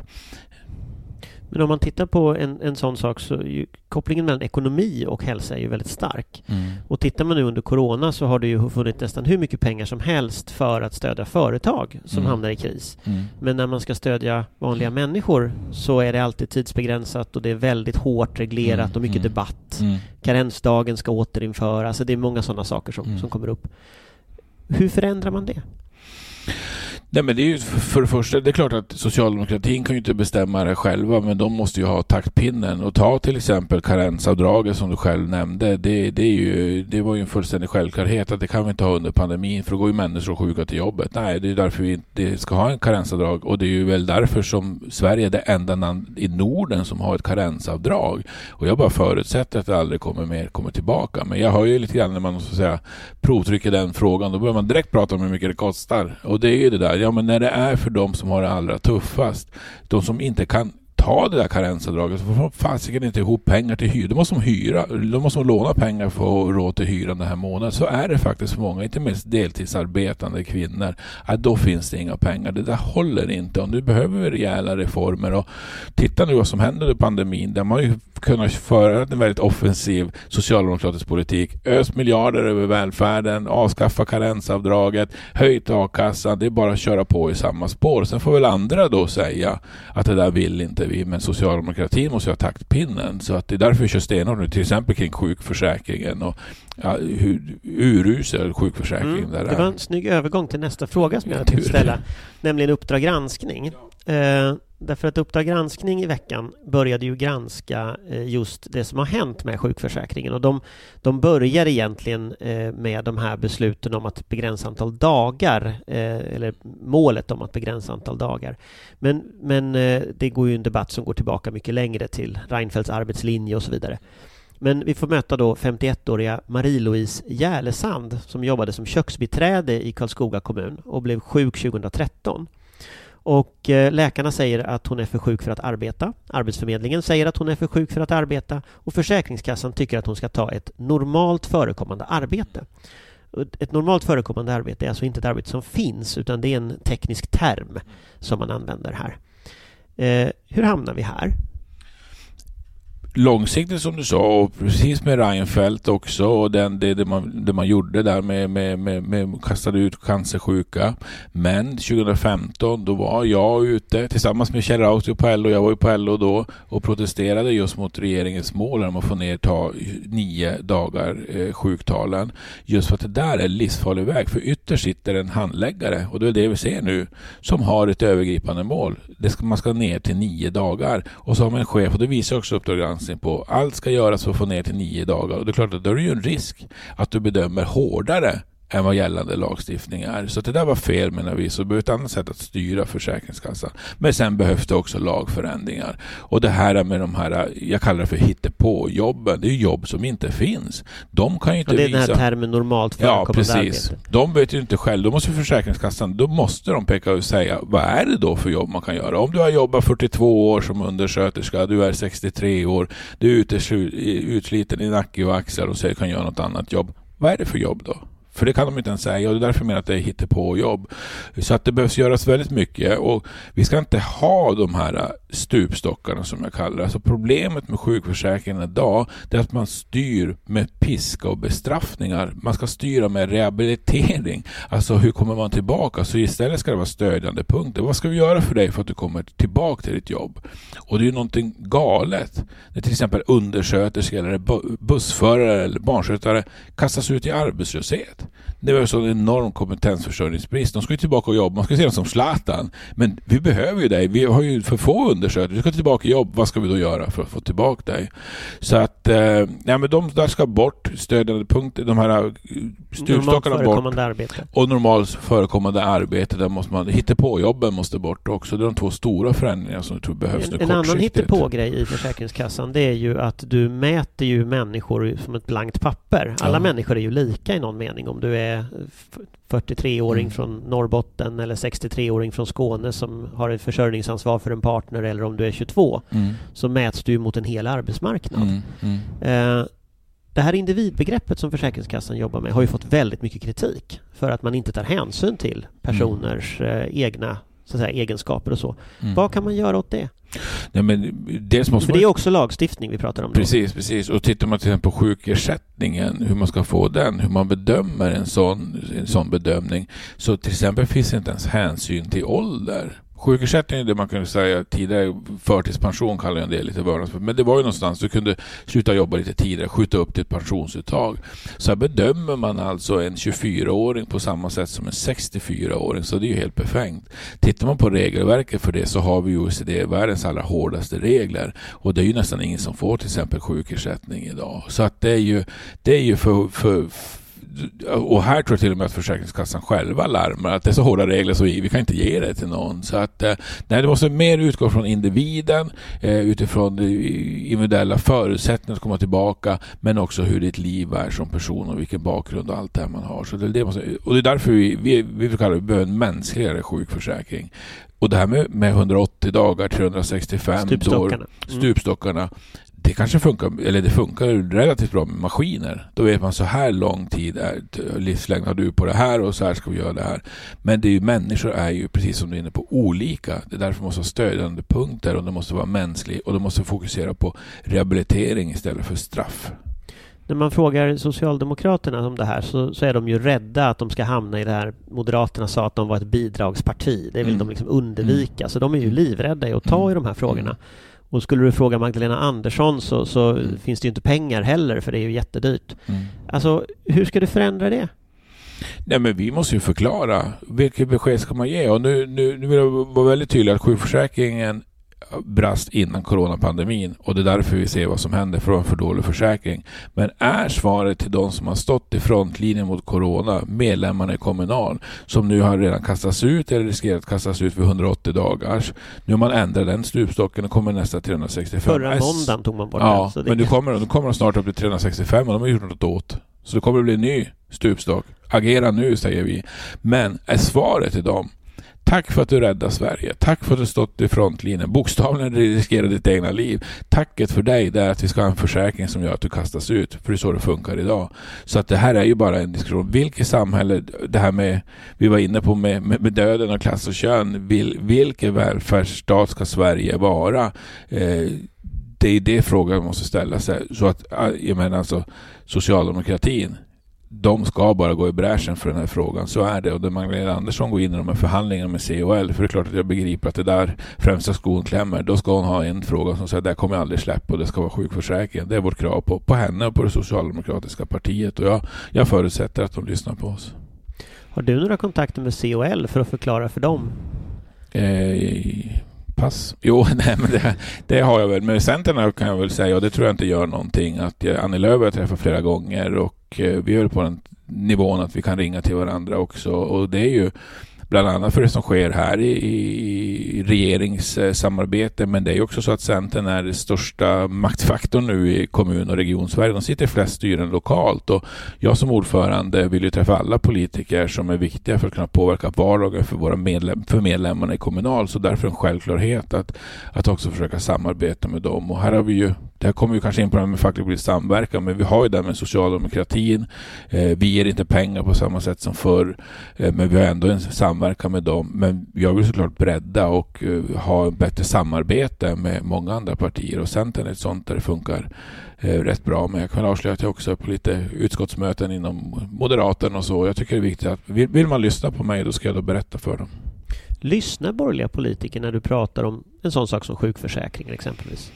Men om man tittar på en, en sån sak, så är ju kopplingen mellan ekonomi och hälsa är ju väldigt stark. Mm. Och tittar man nu under corona så har det ju funnits nästan hur mycket pengar som helst för att stödja företag som mm. hamnar i kris. Mm. Men när man ska stödja vanliga människor så är det alltid tidsbegränsat, och det är väldigt hårt reglerat mm. och mycket mm. debatt. Mm. Karensdagen ska återinföras. Alltså det är många sådana saker som, mm. som kommer upp. Hur förändrar man det? Nej, men det är ju för det första, det är klart att socialdemokratin kan ju inte bestämma det själva, men de måste ju ha taktpinnen, och ta till exempel karensavdraget som du själv nämnde. Det, det, är ju, det var ju en fullständig självklarhet att det kan vi inte ha under pandemin, för då går ju människor sjuka till jobbet. Nej, det är därför vi inte ska ha en karensavdrag, och det är ju väl därför som Sverige är det enda land i Norden som har ett karensavdrag. Och jag bara förutsätter att det aldrig kommer mer kommer tillbaka. Men jag har ju lite grann när man så att säga provtrycker den frågan, då börjar man direkt prata om hur mycket det kostar. Och det är ju det där. Ja, men när det är för de som har det allra tuffast, de som inte kan ta det där karensavdraget, så får fasiken inte ihop pengar till hyra. Då måste de hyra, då måste de låna pengar för att få råd till hyran den här månaden. Så är det faktiskt för många, inte minst deltidsarbetande kvinnor, att då finns det inga pengar. Det där håller inte, och nu behöver vi rejäla reformer. Och titta nu vad som händer under pandemin, där man ju kunnat föra en väldigt offensiv socialdemokratisk politik. Ös miljarder över välfärden, avskaffa karensavdraget, höjt a-kassan. Det är bara att köra på i samma spår. Sen får väl andra då säga att det där vill inte vi, men socialdemokratin måste ha taktpinnen. Så att det är därför vi kör stenhårt nu, till exempel kring sjukförsäkringen och ja, hur urusel sjukförsäkring mm, där det var en snygg övergång till nästa fråga som jag tänkte ställa, nämligen Uppdrag granskning. Eh, Därför att Uppdrag granskning i veckan började ju granska just det som har hänt med sjukförsäkringen. Och de, de börjar egentligen med de här besluten om att begränsa antal dagar, eller målet om att begränsa antal dagar. Men, men det går ju en debatt som går tillbaka mycket längre till Reinfeldts arbetslinje och så vidare. Men vi får möta då femtioettåriga Marie-Louise Järlesand som jobbade som köksbiträde i Karlskoga kommun och blev sjuk tjugohundratretton. Och läkarna säger att hon är för sjuk för att arbeta. Arbetsförmedlingen säger att hon är för sjuk för att arbeta. Och Försäkringskassan tycker att hon ska ta ett normalt förekommande arbete. Ett normalt förekommande arbete är alltså inte ett arbete som finns, utan det är en teknisk term som man använder här. Eh, hur hamnar vi här? Långsiktigt som du sa, och precis med Reinfeldt också, och den, det, det, man, det man gjorde där med, med, med, med kastade ut cancersjuka. Men tjugohundrafemton då var jag ute tillsammans med Kjell Rautio på L O, jag var ju på L O då och protesterade just mot regeringens mål om att få ner ta nio dagar eh, sjuktalen. Just för att det där är livsfarlig väg, för ytterst sitter en handläggare, och det är det vi ser nu, som har ett övergripande mål. Det ska, man ska ner till nio dagar, och så har man en chef, och det visar också Uppdrag på. Allt ska göras för att få ner till nio dagar. Och det är klart att då är det ju en risk att du bedömer hårdare än vad gällande lagstiftning är. Så det där var fel, menar vi. Så det behöver ett annat sätt att styra Försäkringskassan. Men sen behövs det också lagförändringar. Och det här med de här, jag kallar det för hittepå-jobben. Det är ju jobb som inte finns. De kan ju inte visa... Och det är visa... den här termen normalt förekommande arbete. Ja, precis. Arbete. De vet ju inte själv. Då måste Försäkringskassan, då måste de peka och säga, vad är det då för jobb man kan göra? Om du har jobbat fyrtiotvå år som undersköterska, du är sextiotre år, du är utsliten i nacke och axlar och säger kan göra något annat jobb. Vad är det för jobb då? För det kan de inte ens säga, och det är därför jag menar att det är hittepå-jobb. Så att det behövs göras väldigt mycket, och vi ska inte ha de här stupstockarna som jag kallar det. Alltså problemet med sjukförsäkringen idag, det är att man styr med piska och bestraffningar. Man ska styra med rehabilitering. Alltså hur kommer man tillbaka? Så istället ska det vara stödjande punkter. Vad ska vi göra för dig för att du kommer tillbaka till ditt jobb? Och det är ju någonting galet. När till exempel undersköterskor eller bussförare eller barnskötare kastas ut i arbetslöshet. Det var så en enorm kompetensförsörjningsbrist. De ska ju tillbaka och jobba. Man ska se dem som Zlatan. Men vi behöver ju dig. Vi har ju för få undersköterskor. Vi ska tillbaka och jobba. Vad ska vi då göra för att få tillbaka dig? Så att, eh, ja, men de där ska bort. Stödjande punkter. De här stupstockarna bort. Arbete. Och normalt förekommande arbete. Där måste man, hittepå-jobben måste bort också. Det är de två stora förändringar som jag tror behövs en, nu En annan hittepå-grej i Försäkringskassan, det är ju att du mäter ju människor som ett blankt papper. Alla ja. människor är ju lika i någon mening. Om du är fyrtiotreåring mm. från Norrbotten eller sextiotreåring från Skåne som har ett försörjningsansvar för en partner, eller om du är tjugotvå, mm. så mäts du mot en hel arbetsmarknad. Mm. Mm. Eh, det här individbegreppet som Försäkringskassan jobbar med har ju fått väldigt mycket kritik för att man inte tar hänsyn till personers mm. eh, egna så att säga, egenskaper och så. Mm. Vad kan man göra åt det? Nej, men dels måste För det är också lagstiftning vi pratar om. Precis, då. precis. Och tittar man till exempel på sjukersättningen, hur man ska få den, hur man bedömer en sån, en sån bedömning. Så till exempel finns inte ens hänsyn till ålder. Sjukersättning är det man kunde säga tidigare, förtidspension kallar jag det lite vörnadsfullt. Men det var ju någonstans du kunde sluta jobba lite tidigare, skjuta upp till ett pensionsuttag. Så här bedömer man alltså en tjugofyraåring på samma sätt som en sextiofyraåring, så det är ju helt befängt. Tittar man på regelverket för det, så har vi ju O E C D världens allra hårdaste regler, och det är ju nästan ingen som får till exempel sjukersättning idag. Så att det är ju, det är ju för, för och här tror jag till och med att Försäkringskassan själva larmar att det är så hårda regler så vi kan inte ge det till någon. Så att nej, det måste mer utgå från individen, utifrån individuella förutsättningar att komma tillbaka, men också hur ditt liv är som person och vilken bakgrund och allt det man har. Så det, det måste, och det är därför vi, vi, vi kallar det behöver en mänskligare sjukförsäkring. Och det här med, med hundraåttio dagar, trehundrasextiofem stupstockarna. år, stupstockarna, mm. det kanske funkar, eller det funkar relativt bra med maskiner. Då vet man så här lång tid är livslängd har du på det här och så här ska vi göra det här. Men det är ju, människor är ju precis som du är inne på olika. Det är därför måste ha stödjande punkter, och det måste vara mänsklig, och det måste fokusera på rehabilitering istället för straff. När man frågar Socialdemokraterna om det här så, så är de ju rädda att de ska hamna i det här. Moderaterna sa att de var ett bidragsparti. Det vill mm. de liksom undvika. Mm. Så de är ju livrädda i att ta mm. i de här frågorna. Mm. Och skulle du fråga Magdalena Andersson så, så mm. finns det ju inte pengar heller, för det är ju jättedyrt. Mm. Alltså, hur ska du förändra det? Nej, men vi måste ju förklara vilket besked ska man ge. Och nu, nu, nu vill jag vara väldigt tydlig att sjukförsäkringen brast innan coronapandemin och det är därför vi ser vad som händer för en för dålig försäkring. Men är svaret till de som har stått i frontlinjen mot corona, medlemmarna i Kommunal, som nu har redan kastats ut eller riskerat att kastas ut för hundraåttio dagars. Nu har man ändrat den stupstocken och kommer nästa trehundrasextiofem. Förra måndagen tog man bort ja, den. Men nu kommer, nu kommer de snart upp till trehundrasextiofem och de har gjort något åt. Så det kommer att bli en ny stupstock. Agera nu, säger vi. Men är svaret till dem: tack för att du räddar Sverige. Tack för att du stått i frontlinjen. Bokstavligen riskerar ditt egna liv. Tacket för dig är att vi ska ha en försäkring som gör att du kastas ut. För det är så det funkar idag. Så att det här är ju bara en diskussion. Vilket samhälle, det här med, vi var inne på med, med, med döden och klass och kön. Vil, vilken välfärdsstat ska Sverige vara? Eh, det är det frågan måste ställa sig. Så att, jag menar alltså, socialdemokratin, de ska bara gå i bräschen för den här frågan. Så är det. Och när Magdalena Andersson går in i de här förhandlingarna med C O L, för det är klart att jag begriper att det där främsta skon klämmer, då ska hon ha en fråga som säger: där kommer jag aldrig släppa, och det ska vara sjukförsäkringen. Det är vårt krav på, på henne och på det socialdemokratiska partiet, och jag, jag förutsätter att de lyssnar på oss. Har du några kontakter med C O L för att förklara för dem? Eh, pass. Jo, nej, men det, det har jag väl. Med Centern kan jag väl säga, och det tror jag inte gör någonting, att jag, Annie Lööf har träffat flera gånger och eh, vi är på den nivån att vi kan ringa till varandra också, och det är ju bland annat för det som sker här i, i regeringssamarbete, men det är ju också så att Centern är den största maktfaktorn nu i kommun- och regionsverige. De sitter i flest styren lokalt, och jag som ordförande vill ju träffa alla politiker som är viktiga för att kunna påverka vardagen för våra medlem, för medlemmarna i Kommunal, så därför en självklarhet att, att också försöka samarbeta med dem. Och här har vi ju, det här kommer ju kanske in på det med facklig politisk samverkan, men vi har ju det med socialdemokratin. Eh, vi ger inte pengar på samma sätt som förr, eh, men vi har ändå en samverkan med dem. Men jag vill såklart bredda och uh, ha en bättre samarbete med många andra partier, och Centern är ett sånt där det funkar uh, rätt bra. Men jag kan avslöja att jag också är på lite utskottsmöten inom Moderaterna och så. Jag tycker det är viktigt att vill, vill man lyssna på mig, då ska jag då berätta för dem. Lyssnar borgerliga politiker när du pratar om en sån sak som sjukförsäkringen exempelvis?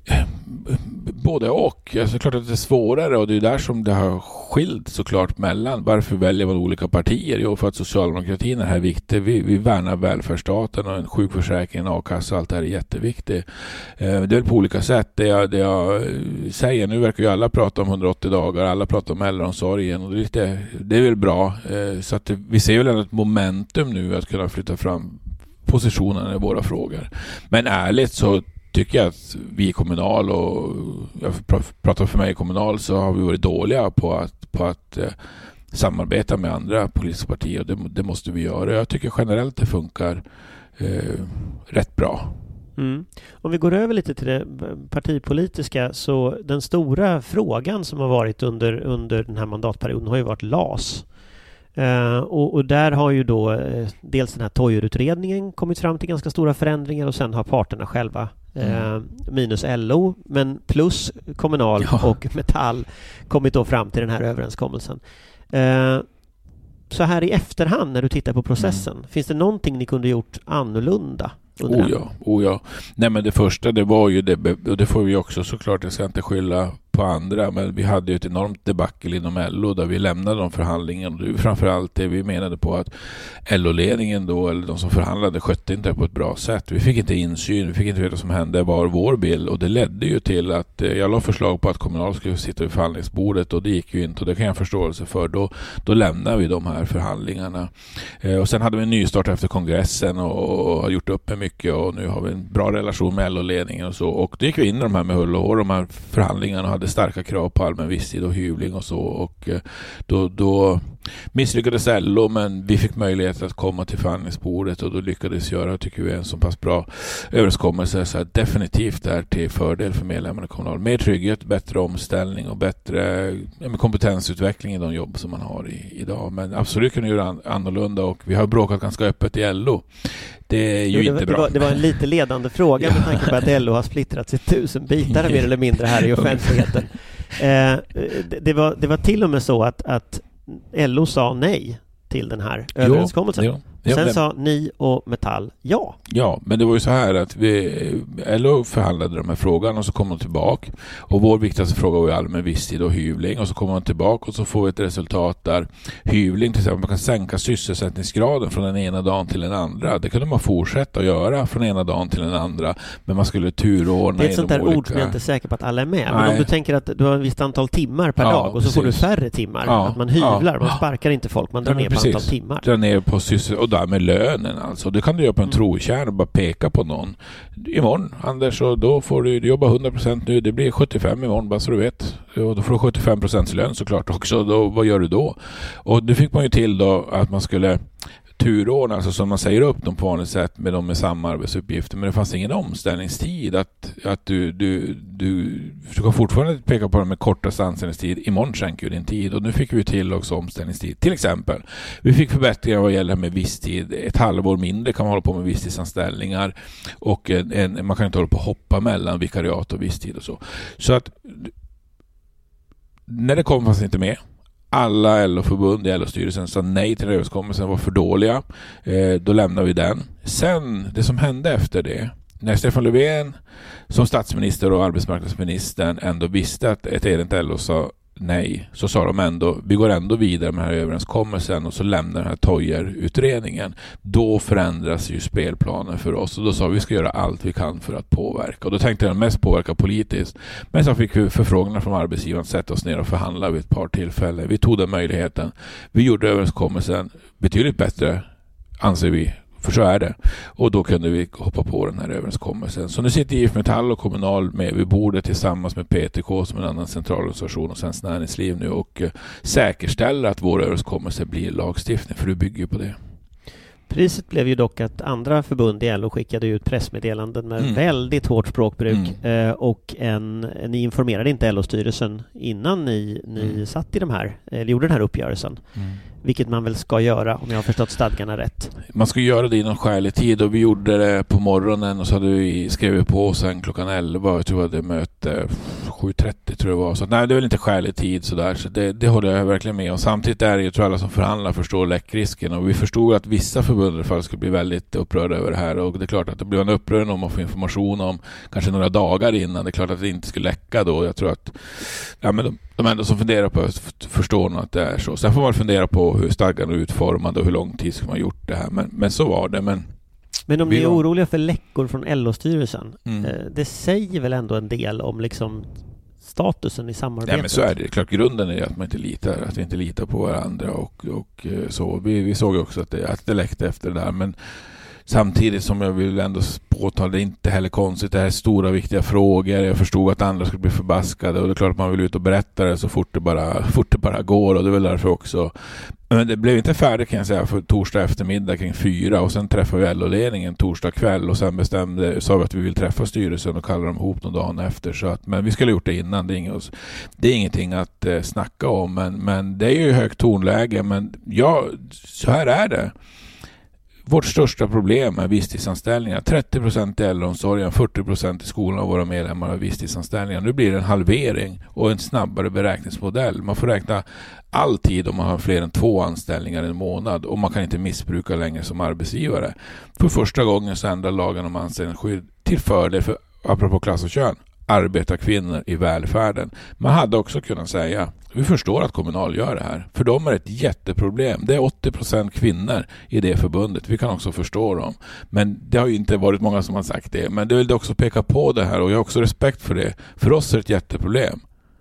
Både och. Alltså, klart att det är svårare, och det är där som det har skilt såklart mellan. Varför väljer man olika partier? Jo, för att socialdemokratin är här viktig. Vi, vi värnar välfärdsstaten, och en sjukförsäkring, en a-kassa, allt det här är jätteviktigt. Eh, det är på olika sätt. Det jag, det jag säger, nu verkar ju alla prata om hundraåttio dagar, alla pratar om äldreomsorgen, och det är, lite, det är väl bra. Eh, så att det, vi ser väl ett momentum nu att kunna flytta fram positionerna i våra frågor. Men ärligt så tycker jag att vi i Kommunal, och jag pratar för mig i Kommunal, så har vi varit dåliga på att, på att eh, samarbeta med andra politiska partier, och det, det måste vi göra. Jag tycker generellt det funkar eh, rätt bra. Mm. Om vi går över lite till det partipolitiska, så den stora frågan som har varit under, under den här mandatperioden har ju varit L A S. Uh, och, och där har ju då uh, dels den här Toijerutredningen kommit fram till ganska stora förändringar, och sen har parterna själva uh, mm. minus L O, men plus Kommunal ja. och Metall kommit då fram till den här överenskommelsen. Uh, så här i efterhand när du tittar på processen, mm. finns det någonting ni kunde gjort annorlunda? Oh ja, oh ja. Nej, men det första, det var ju det, och det får vi också såklart, jag ska inte skylla på andra, men vi hade ju ett enormt debacle inom L O där vi lämnade de förhandlingarna, och det var framförallt det vi menade på att L O-ledningen då, eller de som förhandlade, skötte inte på ett bra sätt. Vi fick inte insyn, vi fick inte veta vad som hände, var vår bild, och det ledde ju till att eh, jag la förslag på att Kommunal skulle sitta vid förhandlingsbordet, och det gick ju inte, och det kan jag förståelse för. Då, då lämnade vi de här förhandlingarna. Eh, och sen hade vi en nystart efter kongressen och, och har gjort upp med mycket, och nu har vi en bra relation med L O-ledningen och så, och då gick vi in i de här med hull och hår, de här förhandlingarna, och hade starka krav på allmän visstid och hyvling och så, och då, då misslyckades L O, men vi fick möjlighet att komma till förhandlingsbordet, och då lyckades göra, tycker vi, en så pass bra överenskommelse, så att definitivt är till fördel för medlemmarna i Kommunal. Mer trygghet, bättre omställning och bättre ja, kompetensutveckling i de jobb som man har i, idag. Men absolut kan det göra annorlunda, och vi har bråkat ganska öppet i L O. Det är ju jo, det, inte bra. Det var, det var en lite ledande fråga med tanke på att L O har splittrats i tusen bitar mer eller mindre här i offentligheten. Eh, det, det, var, det var till och med så att, att L O sa nej till den här överenskommelsen. Jo, Ja, Sen men, sa ni och Metall ja. Ja, men det var ju så här att vi, L O förhandlade de här frågan och så kom de tillbaka. Och vår viktigaste fråga var ju allmän visstid och hyvling. Och så kommer de tillbaka och så får vi ett resultat där hyvling till exempel, man kan sänka sysselsättningsgraden från den ena dagen till den andra. Det kunde man fortsätta att göra från ena dagen till den andra. Men man skulle turordna. Det är ett sånt där olika... ord som jag inte är säker på att alla är med. Men Nej. om du tänker att du har ett visst antal timmar per ja, dag och så precis. får du färre timmar. Ja, att man hyvlar, ja, man sparkar inte folk, man drar ja, ner precis. på antal timmar. Drar ner på syssel och där med lönen alltså. Det kan du göra på en mm. trotjärn och bara peka på någon. Imorgon, Anders, och då får du, du jobba hundra procent nu. Det blir sjuttiofem imorgon, bara så du vet. Och då får du sjuttiofem procent lön såklart också. Då, vad gör du då? Och det fick man ju till då att man skulle turordna, alltså som man säger upp dem på vanligt sätt med dem med samma arbetsuppgifter, men det fanns ingen omställningstid att, att du, du, du, du kan fortfarande peka på dem med kortaste anställningstid. Imorgon skänker ju din tid och nu fick vi till också omställningstid. Till exempel, vi fick förbättringar vad gäller med visstid. Ett halvår mindre kan man hålla på med visstidsanställningar och en, en, man kan inte hålla på att hoppa mellan vikariat och visstid och så. Så att när det kom fanns inte med. Alla L O-förbund i L O-styrelsen sa nej till överenskommelsen, var för dåliga. Eh, då lämnar vi den. Sen, det som hände efter det, när Stefan Löfven som statsminister och arbetsmarknadsministern ändå visste att ett enigt L O sa nej, så sa de ändå, vi går ändå vidare med den här överenskommelsen och så lämnar den här Toijer-utredningen. Då förändras ju spelplanen för oss och då sa vi, vi ska göra allt vi kan för att påverka. Och då tänkte jag mest påverka politiskt. Men så fick vi förfrågningar från arbetsgivaren att sätta oss ner och förhandla vid ett par tillfällen. Vi tog den möjligheten. Vi gjorde överenskommelsen betydligt bättre, anser vi. För så är det. Och då kunde vi hoppa på den här överenskommelsen. Så nu sitter I F Metall och Kommunal med vid bordet tillsammans med P T K som en annan centralorganisation och Svenskt Näringsliv nu och eh, säkerställer att vår överenskommelse blir lagstiftning, för det bygger ju på det. Priset blev ju dock att andra förbund i L O skickade ut pressmeddelanden med mm. väldigt hårt språkbruk mm. eh, och en, ni informerade inte L O-styrelsen innan ni, ni mm. satt i de här, eller gjorde den här uppgörelsen. Mm. Vilket man väl ska göra om jag har förstått stadgarna rätt. Man ska göra det inom skälig tid och vi gjorde det på morgonen och så hade vi skrivit på sen klockan elva. Jag tror att det möte sju trettio tror jag var. Så nej, det är väl inte skälig tid sådär. Så det, det håller jag verkligen med. Och samtidigt är det, jag tror alla som förhandlar förstår läckrisken. Och vi förstod att vissa förbund i alla fall skulle bli väldigt upprörda över det här. Och det är klart att det blir en upprörd om man får information om kanske några dagar innan. Det är klart att det inte skulle läcka då. Jag tror att ja, men de, de enda som funderar på att förstå att det är så. Sen får man fundera på hur stadgan är utformad och hur lång tid ska man ha gjort det här. Men, men så var det. Men, men om ni är oroliga för läckor från L O-styrelsen, mm. eh, det säger väl ändå en del om liksom statusen i samarbetet? Ja, men så är det. Klart, grunden är att man inte litar, att vi inte litar på varandra och, och så. Vi, vi såg också att det, att det läckte efter det där, men samtidigt som jag vill ändå påtala, det är inte heller konstigt. Det här är stora viktiga frågor. Jag förstod att andra skulle bli förbaskade och det är klart att man vill ut och berätta det så fort det bara, fort det bara går och det är väl därför också. Men det blev inte färdigt kan jag säga för torsdag eftermiddag kring fyra och sen träffade vi L O-ledningen torsdag kväll och sen bestämde, sa vi att vi vill träffa styrelsen och kalla dem ihop någon dagen efter. Så att, men vi skulle ha gjort det innan. Det är, inget, det är ingenting att eh, snacka om men, men det är ju högt tonläge men ja, så här är det. Vårt största problem är visstidsanställningar. trettio procent i äldreomsorgen, fyrtio procent i skolan av våra medlemmar har visstidsanställningar. Nu blir det en halvering och en snabbare beräkningsmodell. Man får räkna all tid om man har fler än två anställningar i en månad och man kan inte missbruka längre som arbetsgivare. För första gången så ändrar lagen om anställningsskydd till fördel för, apropå klass och kön, arbetarkvinnor i välfärden. Man hade också kunnat säga, vi förstår att Kommunal gör det här. För dem är det ett jätteproblem. Det är åttio procent kvinnor i det förbundet. Vi kan också förstå dem. Men det har ju inte varit många som har sagt det. Men det vill också peka på det här och jag har också respekt för det. För oss är det ett jätteproblem.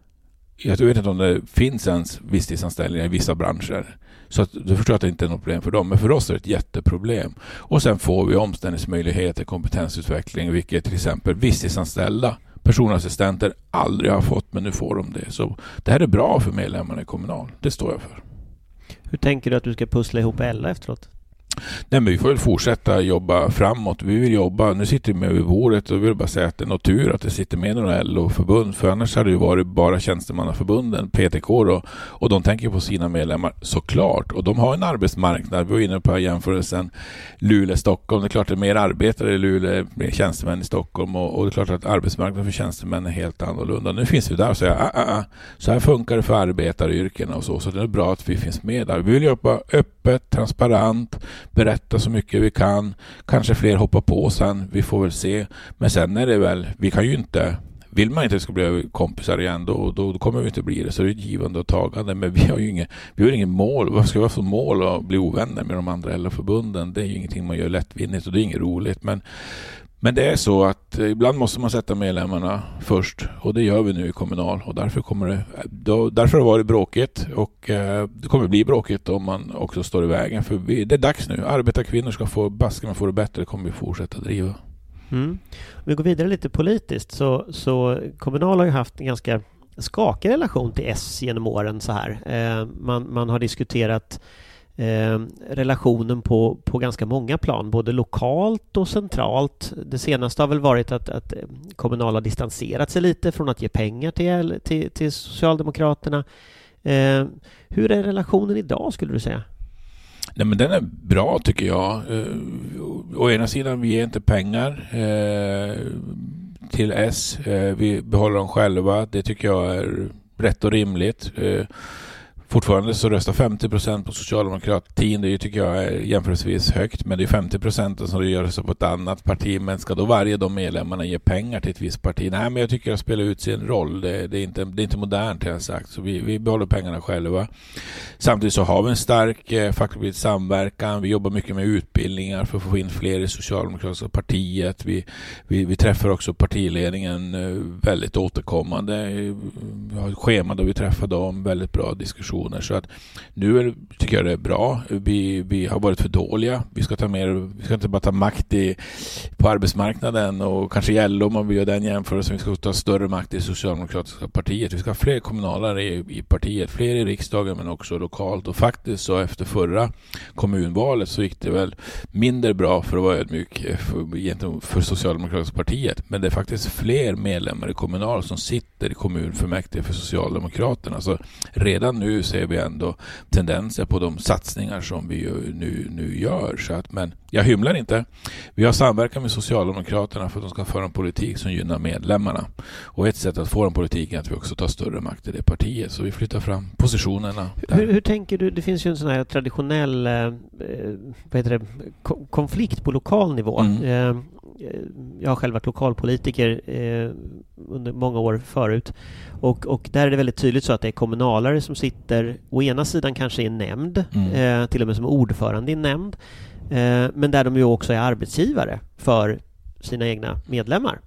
Jag vet inte om det finns ens visstidsanställningar i vissa branscher. Så att du förstår att det inte är något problem för dem. Men för oss är det ett jätteproblem. Och sen får vi omställningsmöjligheter, kompetensutveckling, vilket till exempel visstidsanställda personassistenter aldrig har fått, men nu får de det. Så det här är bra för medlemmarna i Kommunal. Det står jag för. Hur tänker du att du ska pussla ihop L O efteråt? Nej, men vi får väl fortsätta jobba framåt. Vi vill jobba, nu sitter vi med vid bordet och vill bara säga att det är något tur att det sitter med några L O-förbund. För annars hade det ju varit bara tjänstemannaförbunden, P T K då. Och de tänker på sina medlemmar såklart. Och de har en arbetsmarknad. Vi var inne på jämförelsen Luleå-Stockholm. Det är klart att det är mer arbetare i Luleå, mer tjänstemän i Stockholm. Och, och det är klart att arbetsmarknaden för tjänstemän är helt annorlunda. Nu finns vi där och säger ah, ah, ah. Så här funkar det för arbetaryrkena och så. Så det är bra att vi finns med där. Vi vill jobba öppet öppet, transparent, berätta så mycket vi kan. Kanske fler hoppar på sen, vi får väl se. Men sen är det väl, vi kan ju inte, vill man inte att det ska bli kompisar igen, då, då, då kommer vi inte bli det. Så det är ett givande och tagande. Men vi har ju inget, vi har ingen mål. Vad ska vi ha för mål att bli ovänner med de andra eller förbunden? Det är ju ingenting man gör lättvindigt och det är inget roligt. Men Men det är så att ibland måste man sätta medlemmarna först, och det gör vi nu i Kommunal, och därför kommer det då, därför har det varit bråkigt, och eh, det kommer bli bråkigt om man också står i vägen, för vi, det är dags nu. Arbetarkvinnor ska få baska, man får det bättre, det kommer vi fortsätta driva. Mm. Om vi går vidare lite politiskt, så, så Kommunal har ju haft en ganska skakig relation till S genom åren så här. Eh, man, man har diskuterat Eh, relationen på, på ganska många plan, både lokalt och centralt. Det senaste har väl varit att, att Kommunal har distanserat sig lite från att ge pengar till, till, till Socialdemokraterna. Eh, hur är relationen idag, skulle du säga? Nej, men den är bra, tycker jag. Eh, å ena sidan, vi ger inte pengar eh, till S. Eh, vi behåller dem själva. Det tycker jag är rätt och rimligt. Eh, Fortfarande så röstar femtio procent på Socialdemokratin. Det tycker jag är jämförelsevis högt, men det är femtio procent som gör så på ett annat parti. Men ska då varje de medlemmarna ge pengar till ett visst parti? Nej, men jag tycker att spela ut sin roll. Det, det, är, inte, det är inte modernt, har jag sagt. Så vi, vi behåller pengarna själva. Samtidigt så har vi en stark eh, facklig samverkan. Vi jobbar mycket med utbildningar för att få in fler i Socialdemokratiska partiet. Vi, vi, vi träffar också partiledningen eh, väldigt återkommande. Vi har ett schema där vi träffar dem. Väldigt bra diskussion. Så att nu är, tycker jag det är bra. Vi, vi har varit för dåliga. Vi ska ta mer, vi ska inte bara ta makt i, på arbetsmarknaden och kanske gälla om man vill göra den jämförelsen. Vi ska ta större makt i Socialdemokratiska partiet. Vi ska ha fler kommunalare i, i partiet, fler i riksdagen men också lokalt. Och faktiskt så efter förra kommunvalet så gick det väl mindre bra, för att vara ödmjuk, för, för Socialdemokratiska partiet. Men det är faktiskt fler medlemmar i Kommunal som sitter i kommunfullmäktige för Socialdemokraterna. Så redan nu ser vi ändå tendenser på de satsningar som vi nu, nu gör. Så att, men jag hymlar inte. Vi har samverkat med Socialdemokraterna för att de ska föra en politik som gynnar medlemmarna. Och ett sätt att få en politik är att vi också tar större makt i det partiet. Så vi flyttar fram positionerna. Hur, hur tänker du? Det finns ju en sån här traditionell eh, vad heter det, ko- konflikt på lokal nivå. Mm. Eh, jag har själv varit lokalpolitiker eh, under många år förut. Och, och där är det väldigt tydligt så att det är kommunalare som sitter å ena sidan kanske i en nämnd, mm. eh, till och med som ordförande i en nämnd, eh, men där de ju också är arbetsgivare för sina egna medlemmar.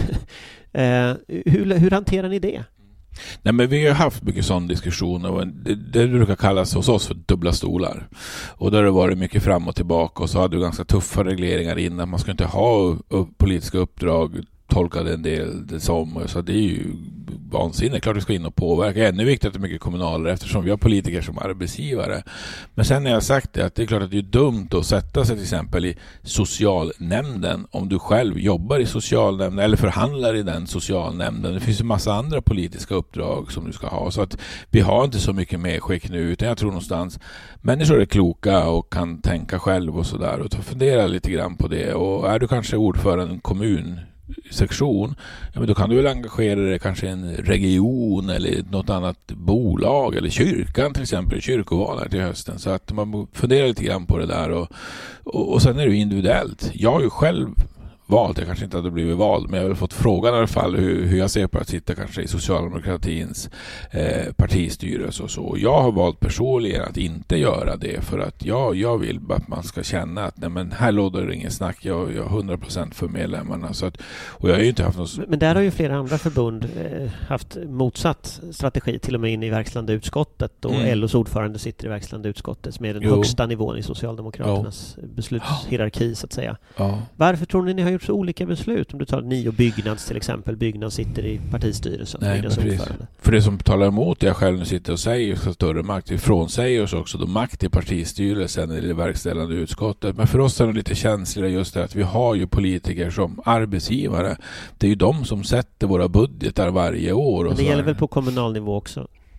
eh, hur, hur hanterar ni det? Nej, men vi har haft mycket sån diskussioner, och det, det brukar kallas hos oss för dubbla stolar. Och där har det varit mycket fram och tillbaka, och så hade vi ganska tuffa regleringar innan. Man ska inte ha upp, politiska uppdrag, tolkade en del det som, så det är ju vansinnigt. Klart vi ska in och påverka. Ännu viktigt att det är mycket kommunalare, eftersom vi har politiker som arbetsgivare. Men sen har jag sagt det, att det är klart att det är dumt att sätta sig till exempel i socialnämnden om du själv jobbar i socialnämnden eller förhandlar i den socialnämnden. Det finns ju massa andra politiska uppdrag som du ska ha, så att vi har inte så mycket medskick nu, utan jag tror någonstans människor är kloka och kan tänka själv och sådär, och fundera lite grann på det. Och är du kanske ordförande i en kommun sektion, ja, men då kan du väl engagera dig kanske i en region eller något annat bolag eller kyrkan till exempel, kyrkovalet till hösten, så att man funderar lite grann på det där, och, och, och sen är det individuellt. Jag har ju själv valt, jag kanske inte hade blivit vald, men jag har väl fått frågan i alla fall hur, hur jag ser på att sitta kanske i socialdemokratins eh, partistyrelse och så. Jag har valt personligen att inte göra det, för att jag, jag vill att man ska känna att nej, men här låter det ingen snack, jag, jag är hundra procent för medlemmarna. Så att, och jag har ju inte haft något... Men där har ju flera andra förbund eh, haft motsatt strategi, till och med in i verkställande utskottet, och mm. L O:s ordförande sitter i verkställande utskottet med den jo. högsta nivån i Socialdemokraternas jo. beslutshierarki så att säga. Ja. Varför tror ni ni har gjort så olika beslut? Om du tar Nio Byggnads till exempel. Byggnads sitter i partistyrelsen. Nej, för det som talar emot jag själv nu sitter och säger ska större makt ifrån säger oss också då makt i partistyrelsen eller i verkställande utskottet. Men för oss är det lite känsligare just det att vi har ju politiker som arbetsgivare. Det är ju de som sätter våra budgetar varje år. Och men det så gäller väl på kommunal nivå också?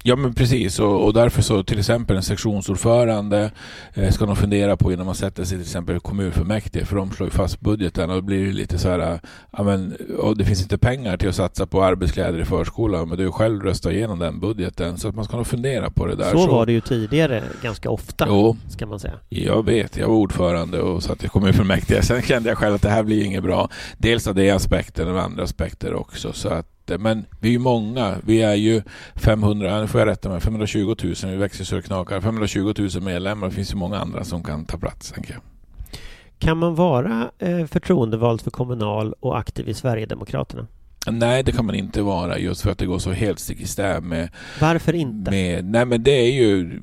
Ja, men precis, och, och därför så till exempel en sektionsordförande eh, ska de fundera på innan man sätter sig till exempel kommunfullmäktige, för de slår ju fast budgeten och det blir lite så här, ja, men, och det finns inte pengar till att satsa på arbetskläder i förskolan, men du själv röstar igenom den budgeten, så att man ska nog fundera på det där. Så, så var det ju tidigare ganska ofta, jo, ska man säga. Jag vet, jag var ordförande och satt i kommunfullmäktige. Sen kände jag själv att det här blir inget bra. Dels av det aspekten och andra aspekter också, så att men vi är ju många, vi är ju femhundra, nu får jag rätta mig, femhundratjugo tusen, vi växer så det knakar, femhundratjugo tusen medlemmar, det finns ju många andra som kan ta plats, tänker jag. Kan man vara eh, förtroendevald för Kommunal och aktiv i Sverigedemokraterna? Nej, det kan man inte vara, just för att det går så helt stick i stäv med... Varför inte? Med, nej, men det är ju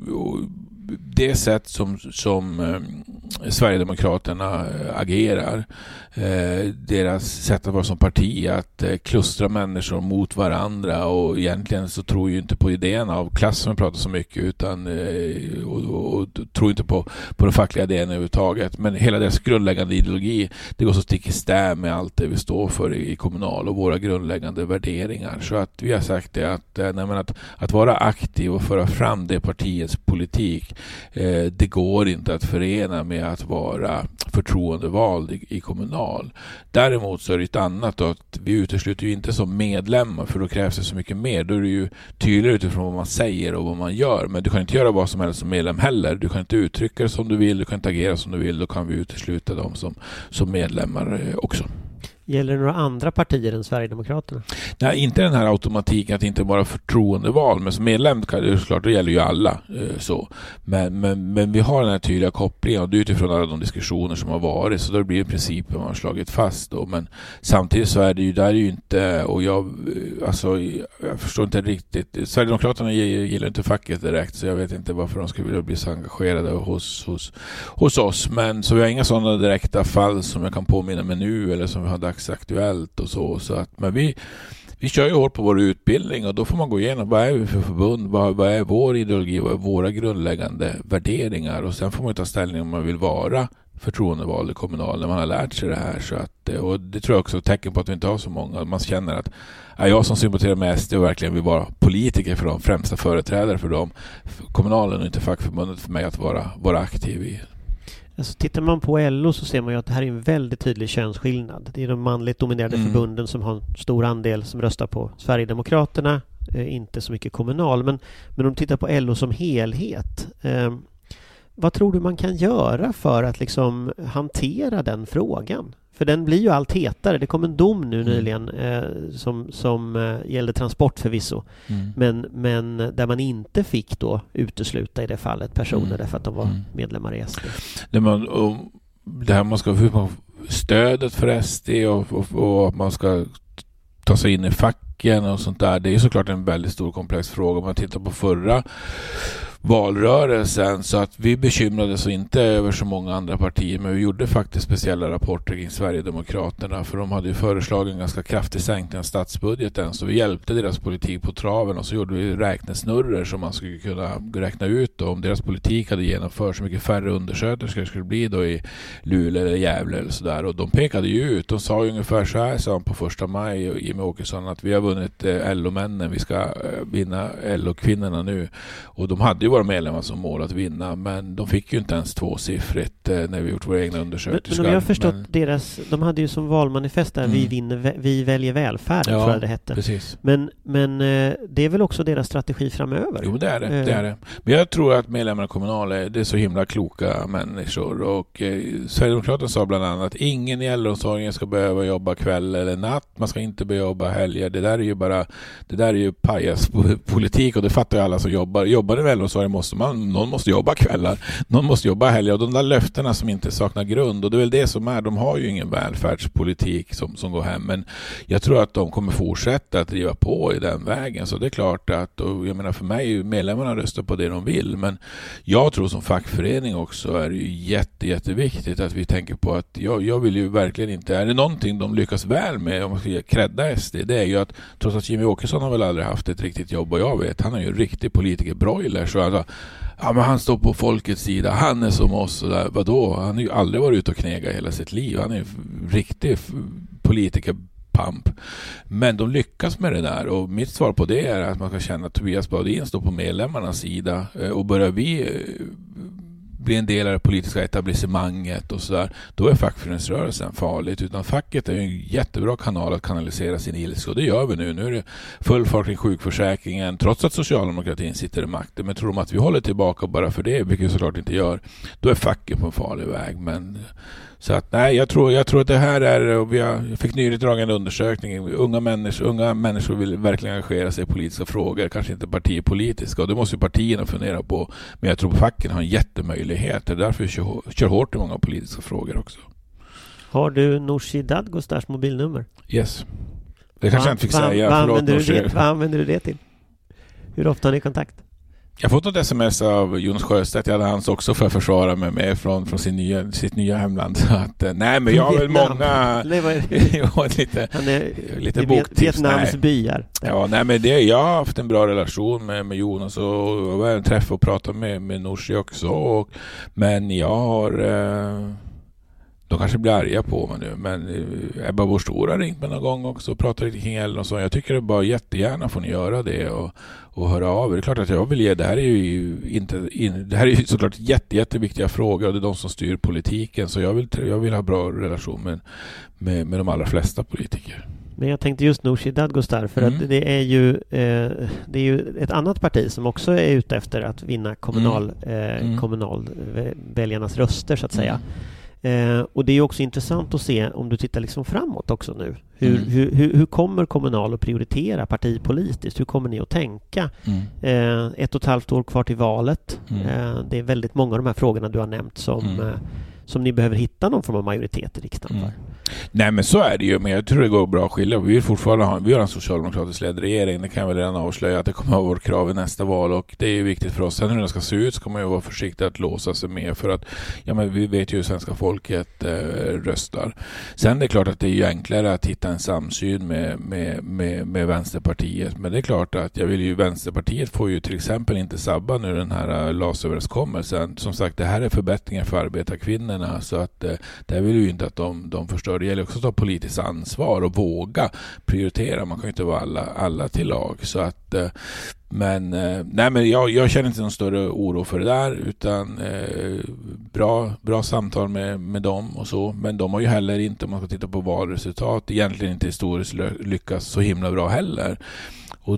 det sätt som, som eh, Sverigedemokraterna agerar, eh, deras sätt att vara som parti, att eh, klustra människor mot varandra, och egentligen så tror ju inte på idén av klass som vi pratar så mycket, utan eh, och, och, och tror inte på, på den fackliga idén överhuvudtaget, men hela deras grundläggande ideologi, det går så stick i stäv med allt det vi står för i, i Kommunal och våra grundläggande värderingar, så att vi har sagt det att, eh, nej, men att, att vara aktiv och föra fram det partiets politik, eh, det går inte att förena med att vara förtroendevald i, i Kommunal. Däremot så är det ett annat då, att vi utesluter ju inte som medlemmar, för då krävs det så mycket mer. Då är det ju tydligare utifrån vad man säger och vad man gör, men du kan inte göra vad som helst som medlem heller. Du kan inte uttrycka det som du vill, du kan inte agera som du vill, då kan vi utesluta dem som, som medlemmar också. Gäller det några andra partier än Sverigedemokraterna? Nej, inte den här automatiken att inte vara förtroendeval, men som medlem kan det såklart, det gäller ju alla eh, så. Men, men, men vi har den här tydliga kopplingen, och det är utifrån alla de diskussioner som har varit, så då blir det principen man har slagit fast då. Men samtidigt så är det ju, där är ju inte, och jag alltså, jag förstår inte riktigt, Sverigedemokraterna gillar inte facket direkt, så jag vet inte varför de skulle vilja bli så engagerade hos, hos, hos oss, men så vi har inga sådana direkta fall som jag kan påminna mig nu, eller som vi har dagsaktuellt och så, så att, men vi Vi kör ju hårt på vår utbildning, och då får man gå igenom vad är vi för förbund, vad, vad är vår ideologi, vad är våra grundläggande värderingar, och sen får man ta ställning om man vill vara förtroendevald i Kommunal när man har lärt sig det här. Så att, och det tror jag också är ett tecken på att vi inte har så många. Man känner att ja, jag som sympatiserar med S D och verkligen vill vara politiker för dem, främsta företrädare för dem, Kommunalen och inte fackförbundet för mig att vara, vara aktiv i. Alltså, tittar man på L O så ser man ju att det här är en väldigt tydlig könsskillnad. Det är de manligt dominerade mm. förbunden som har en stor andel som röstar på Sverigedemokraterna, eh, inte så mycket Kommunal. Men, men om du tittar på L O som helhet, eh, vad tror du man kan göra för att liksom hantera den frågan? För den blir ju allt hetare. Det kom en dom nu nyligen eh, som, som eh, gällde transport förvisso. Mm. Men, men där man inte fick då utesluta i det fallet personer mm. därför att de var mm. medlemmar i S D. Det, man, och, det här man ska få stödet för S D och, och, och att man ska ta sig in i facken och sånt där. Det är såklart en väldigt stor komplex fråga. Om man tittar på förra valrörelsen, så att vi bekymrade oss inte över så många andra partier, men vi gjorde faktiskt speciella rapporter kring Sverigedemokraterna, för de hade ju föreslagit en ganska kraftig sänkning av statsbudgeten, så vi hjälpte deras politik på traven, och så gjorde vi räknesnurror som man skulle kunna räkna ut då, om deras politik hade genomfört så mycket färre undersköterskor skulle bli då i Luleå eller Gävle eller sådär, och de pekade ju ut, de sa ju ungefär så här, sa på första maj och Jimmie Åkesson, att vi har vunnit L O-männen, vi ska vinna L O-kvinnorna nu, och de hade ju våra medlemmar som mål att vinna, men de fick ju inte ens tvåsiffrigt eh, när vi gjort våra egna undersökningar. Men, men om jag har förstått men... deras, de hade ju som valmanifest där, mm. vi, vinner, vi väljer välfärd, ja, tror jag det hette. Precis. Men, men eh, det är väl också deras strategi framöver? Jo, det är det, eh. det är det. Men jag tror att medlemmarna Kommunal är, det är så himla kloka människor, och eh, Sverigedemokraterna sa bland annat att ingen i äldreomsorgen ska behöva jobba kväll eller natt, man ska inte behöva jobba helger. Det där är ju bara, det där är ju pajaspolitik, och det fattar ju alla som jobbar. Jobbar i äldreomsorgen måste man, någon måste jobba kvällar, någon måste jobba helger, och de där löftena som inte saknar grund, och det är väl det som är, de har ju ingen välfärdspolitik som, som går hem, men jag tror att de kommer fortsätta att driva på i den vägen, så det är klart att, och jag menar för mig, medlemmarna röstar på det de vill, men jag tror som fackförening också är det ju jätte, jätteviktigt att vi tänker på att jag, jag vill ju verkligen inte, är det någonting de lyckas väl med, om man ska kredda S D, det är ju att trots att Jimmie Åkesson har väl aldrig haft ett riktigt jobb, och jag vet, han är ju en riktig politiker broiler, så alltså, ja, men han står på folkets sida, han är som oss, och där, vadå? Han har ju aldrig varit ute och knega hela sitt liv, han är en riktig politiker pamp. Men de lyckas med det där, och mitt svar på det är att man kan känna att Tobias Baudin står på medlemmarnas sida, och börjar vi bli en del av det politiska etablissemanget och sådär, då är fackföreningsrörelsen farligt. Utan facket är en jättebra kanal att kanalisera sin ilska, och det gör vi nu. Nu är det full fart kring sjukförsäkringen, trots att socialdemokratin sitter i makten. Men tror de att vi håller tillbaka bara för det, vilket vi såklart inte gör, då är facket på en farlig väg. Men så att nej, jag tror, jag tror att det här är, och vi har, jag fick nyligen dragit en undersökning, unga människor, unga människor vill verkligen engagera sig i politiska frågor, kanske inte partipolitiska, och det måste ju partierna fundera på, men jag tror att facken har en jättemöjlighet, det är därför vi kör, kör hårt i många politiska frågor också. Har du Nooshi Dadgostars mobilnummer? Yes. Det kanske va, jag inte fick va, säga. Vad Förlåt, använder, du det, vad använder du det till? Hur ofta har ni kontakt? Jag har fått ett sms av Jonas Sjöstedt. Jag hade hans också för att försvara mig med från, från sin nya, sitt nya hemland. Så att, nej, men jag har väl många... Nej, vad är det? lite, Han är lite boktips. Vietnams nej. byar. Ja, nej, men det, jag har haft en bra relation med, med Jonas, och jag var en träff och pratade med, med Nooshi också. Och, men jag har... Eh, de kanske blir arga på mig nu, men Ebba Busch Thor har ringt mig någon gång också och pratat lite kring Ellen och så. Jag tycker det bara jättegärna får ni göra det och, och höra av er. Det är klart att jag vill ge, det här är ju inte, in, det här är ju såklart jätte, jätteviktiga frågor, och det är de som styr politiken, så jag vill, jag vill ha bra relation med, med, med de allra flesta politiker. Men jag tänkte just Nooshi Dadgostar, för mm. att det är ju eh, det är ju ett annat parti som också är ute efter att vinna kommunal, mm. eh, Mm. kommunalväljarnas röster, så att säga. Mm. Eh, och det är också intressant att se, om du tittar liksom framåt också nu, hur, mm. hur, hur, hur kommer Kommunal att prioritera partipolitiskt? Hur kommer ni att tänka? Mm. Eh, ett och ett halvt år kvar till valet. Mm. Eh, det är väldigt många av de här frågorna du har nämnt som, mm. eh, som ni behöver hitta någon form av majoritet i riksdagen för. Mm. Nej, men så är det ju, men jag tror det går bra att skilja. Vi vill fortfarande ha, vi har en socialdemokratisk ledd regering, det kan jag väl redan avslöja att det kommer att vara vårt krav i nästa val, och det är ju viktigt för oss. Sen hur det ska se ut så kommer man ju vara försiktig att låsa sig med, för att ja, men vi vet ju hur svenska folket eh, röstar. Sen är det klart att det är ju enklare att hitta en samsyn med, med, med, med Vänsterpartiet, men det är klart att jag vill ju, Vänsterpartiet får ju till exempel inte sabba nu den här L A S-överenskommelsen. Som sagt, det här är förbättringar för arbetarkvinnorna, så att eh, det vill ju inte att de, de förstör. Det gäller också att ta politiskt ansvar och våga prioritera. Man kan ju inte vara alla, alla till lag. Så att, men nej, men jag, jag känner inte någon större oro för det där, utan eh, bra, bra samtal med, med dem och så. Men de har ju heller inte, om man ska titta på valresultat, egentligen inte historiskt lyckats så himla bra heller. Och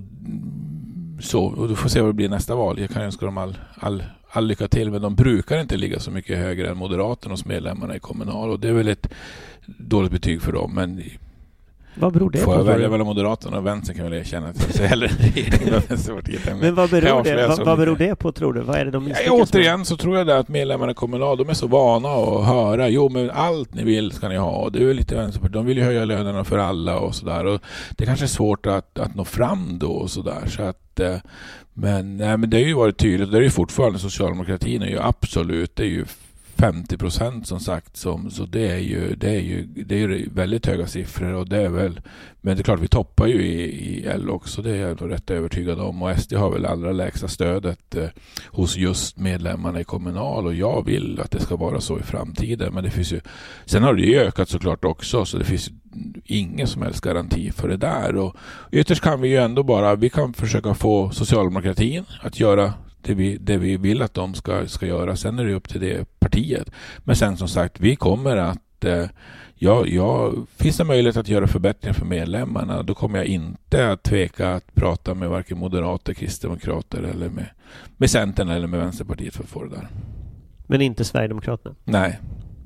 så, och du får se vad det blir nästa val. Jag kan önska dem all, all all lycka till, men de brukar inte ligga så mycket högre än Moderaterna hos medlemmarna i Kommunal, och det är väl ett dåligt betyg för dem, men vad beror det får på? jag välja mellan Moderaterna och Vänstern kan jag väl erkänna att jag hellre regeringen och Vänsterpartiet. Men vad beror, det, vad, vad beror det på, tror du? Vad är det de ja, återigen så tror jag det att medlemmarna i Kommunal, de är så vana att höra, jo men allt ni vill ska ni ha, det är lite Vänsterpartiet, de vill ju höja lönerna för alla och sådär, och det kanske är svårt att, att nå fram då och sådär, så att men, nej, men det har ju varit tydligt, det är ju fortfarande socialdemokratin är ju absolut, det är ju femtio procent som sagt, som, så det är ju det är ju det är ju väldigt höga siffror, och det är väl, men det är klart vi toppar ju i, i L också, det är jag rätt övertygad om, och S D har väl allra lägsta stödet eh, hos just medlemmarna i Kommunal, och jag vill att det ska vara så i framtiden, men det finns ju, sen har det ju ökat såklart också, så det finns ju ingen som helst garanti för det där, och ytterst kan vi ju ändå bara, vi kan försöka få socialdemokratin att göra det vi, det vi vill att de ska, ska göra. Sen är det upp till det partiet. Men sen som sagt, vi kommer att eh, ja, ja, finns det möjlighet att göra förbättringar för medlemmarna, då kommer jag inte att tveka att prata med varken moderater, kristdemokrater eller med, med Centern eller med Vänsterpartiet för att få det där. Men inte Sverigedemokraterna? Nej.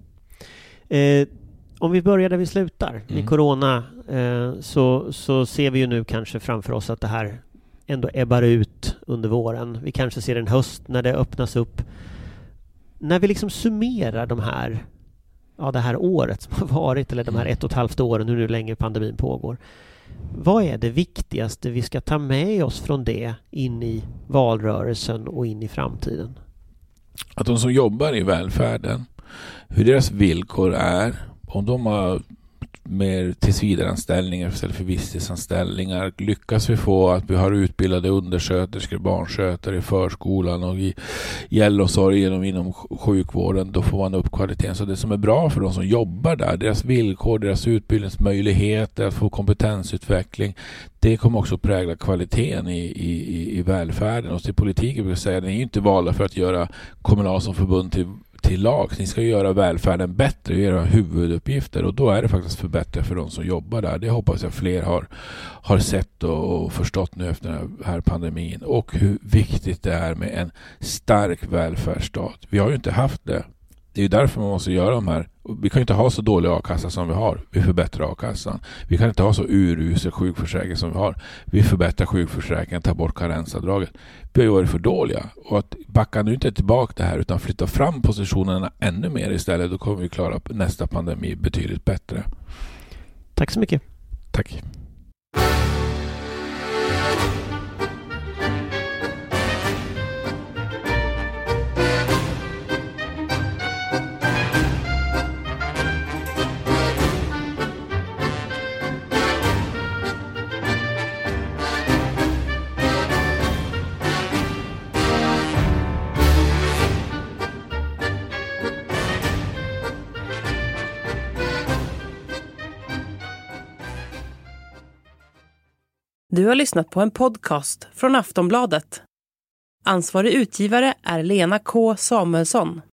Eh, om vi börjar där vi slutar, mm. i corona, eh, så, så ser vi ju nu kanske framför oss att det här ändå ebbar ut under våren. Vi kanske ser en höst när det öppnas upp. När vi liksom summerar de här, ja, det här året som har varit, eller de här ett och ett halvt åren, hur länge pandemin pågår. Vad är det viktigaste vi ska ta med oss från det in i valrörelsen och in i framtiden? Att de som jobbar i välfärden, hur deras villkor är, om de har mer tillsvidareanställningar istället för visstidsanställningar. Lyckas vi få att vi har utbildade undersköterskor, barnskötare i förskolan och i, i äldreomsorgen och inom sjukvården, då får man upp kvaliteten. Så det som är bra för de som jobbar där, deras villkor, deras utbildningsmöjligheter, att få kompetensutveckling, det kommer också prägla kvaliteten i, i, i välfärden. Och till politiken vill jag säga, den är ju inte valda för att göra Kommunal som förbund till till lag. Ni ska göra välfärden bättre och göra huvuduppgifter, och då är det faktiskt förbättra för de som jobbar där. Det hoppas jag fler har, har sett och, och förstått nu efter den här pandemin, och hur viktigt det är med en stark välfärdsstat. Vi har ju inte haft det. Det är ju därför man måste göra de här. Vi kan ju inte ha så dålig a-kassa som vi har. Vi förbättrar a-kassan. Vi kan inte ha så urusel sjukförsäkring som vi har. Vi förbättrar sjukförsäkringen, tar bort karensavdraget. Vi har ju varit för dåliga. Och att backa nu inte tillbaka det här utan flytta fram positionerna ännu mer istället, då kommer vi klara nästa pandemi betydligt bättre. Tack så mycket. Tack. Du har lyssnat på en podcast från Aftonbladet. Ansvarig utgivare är Lena K. Samuelsson.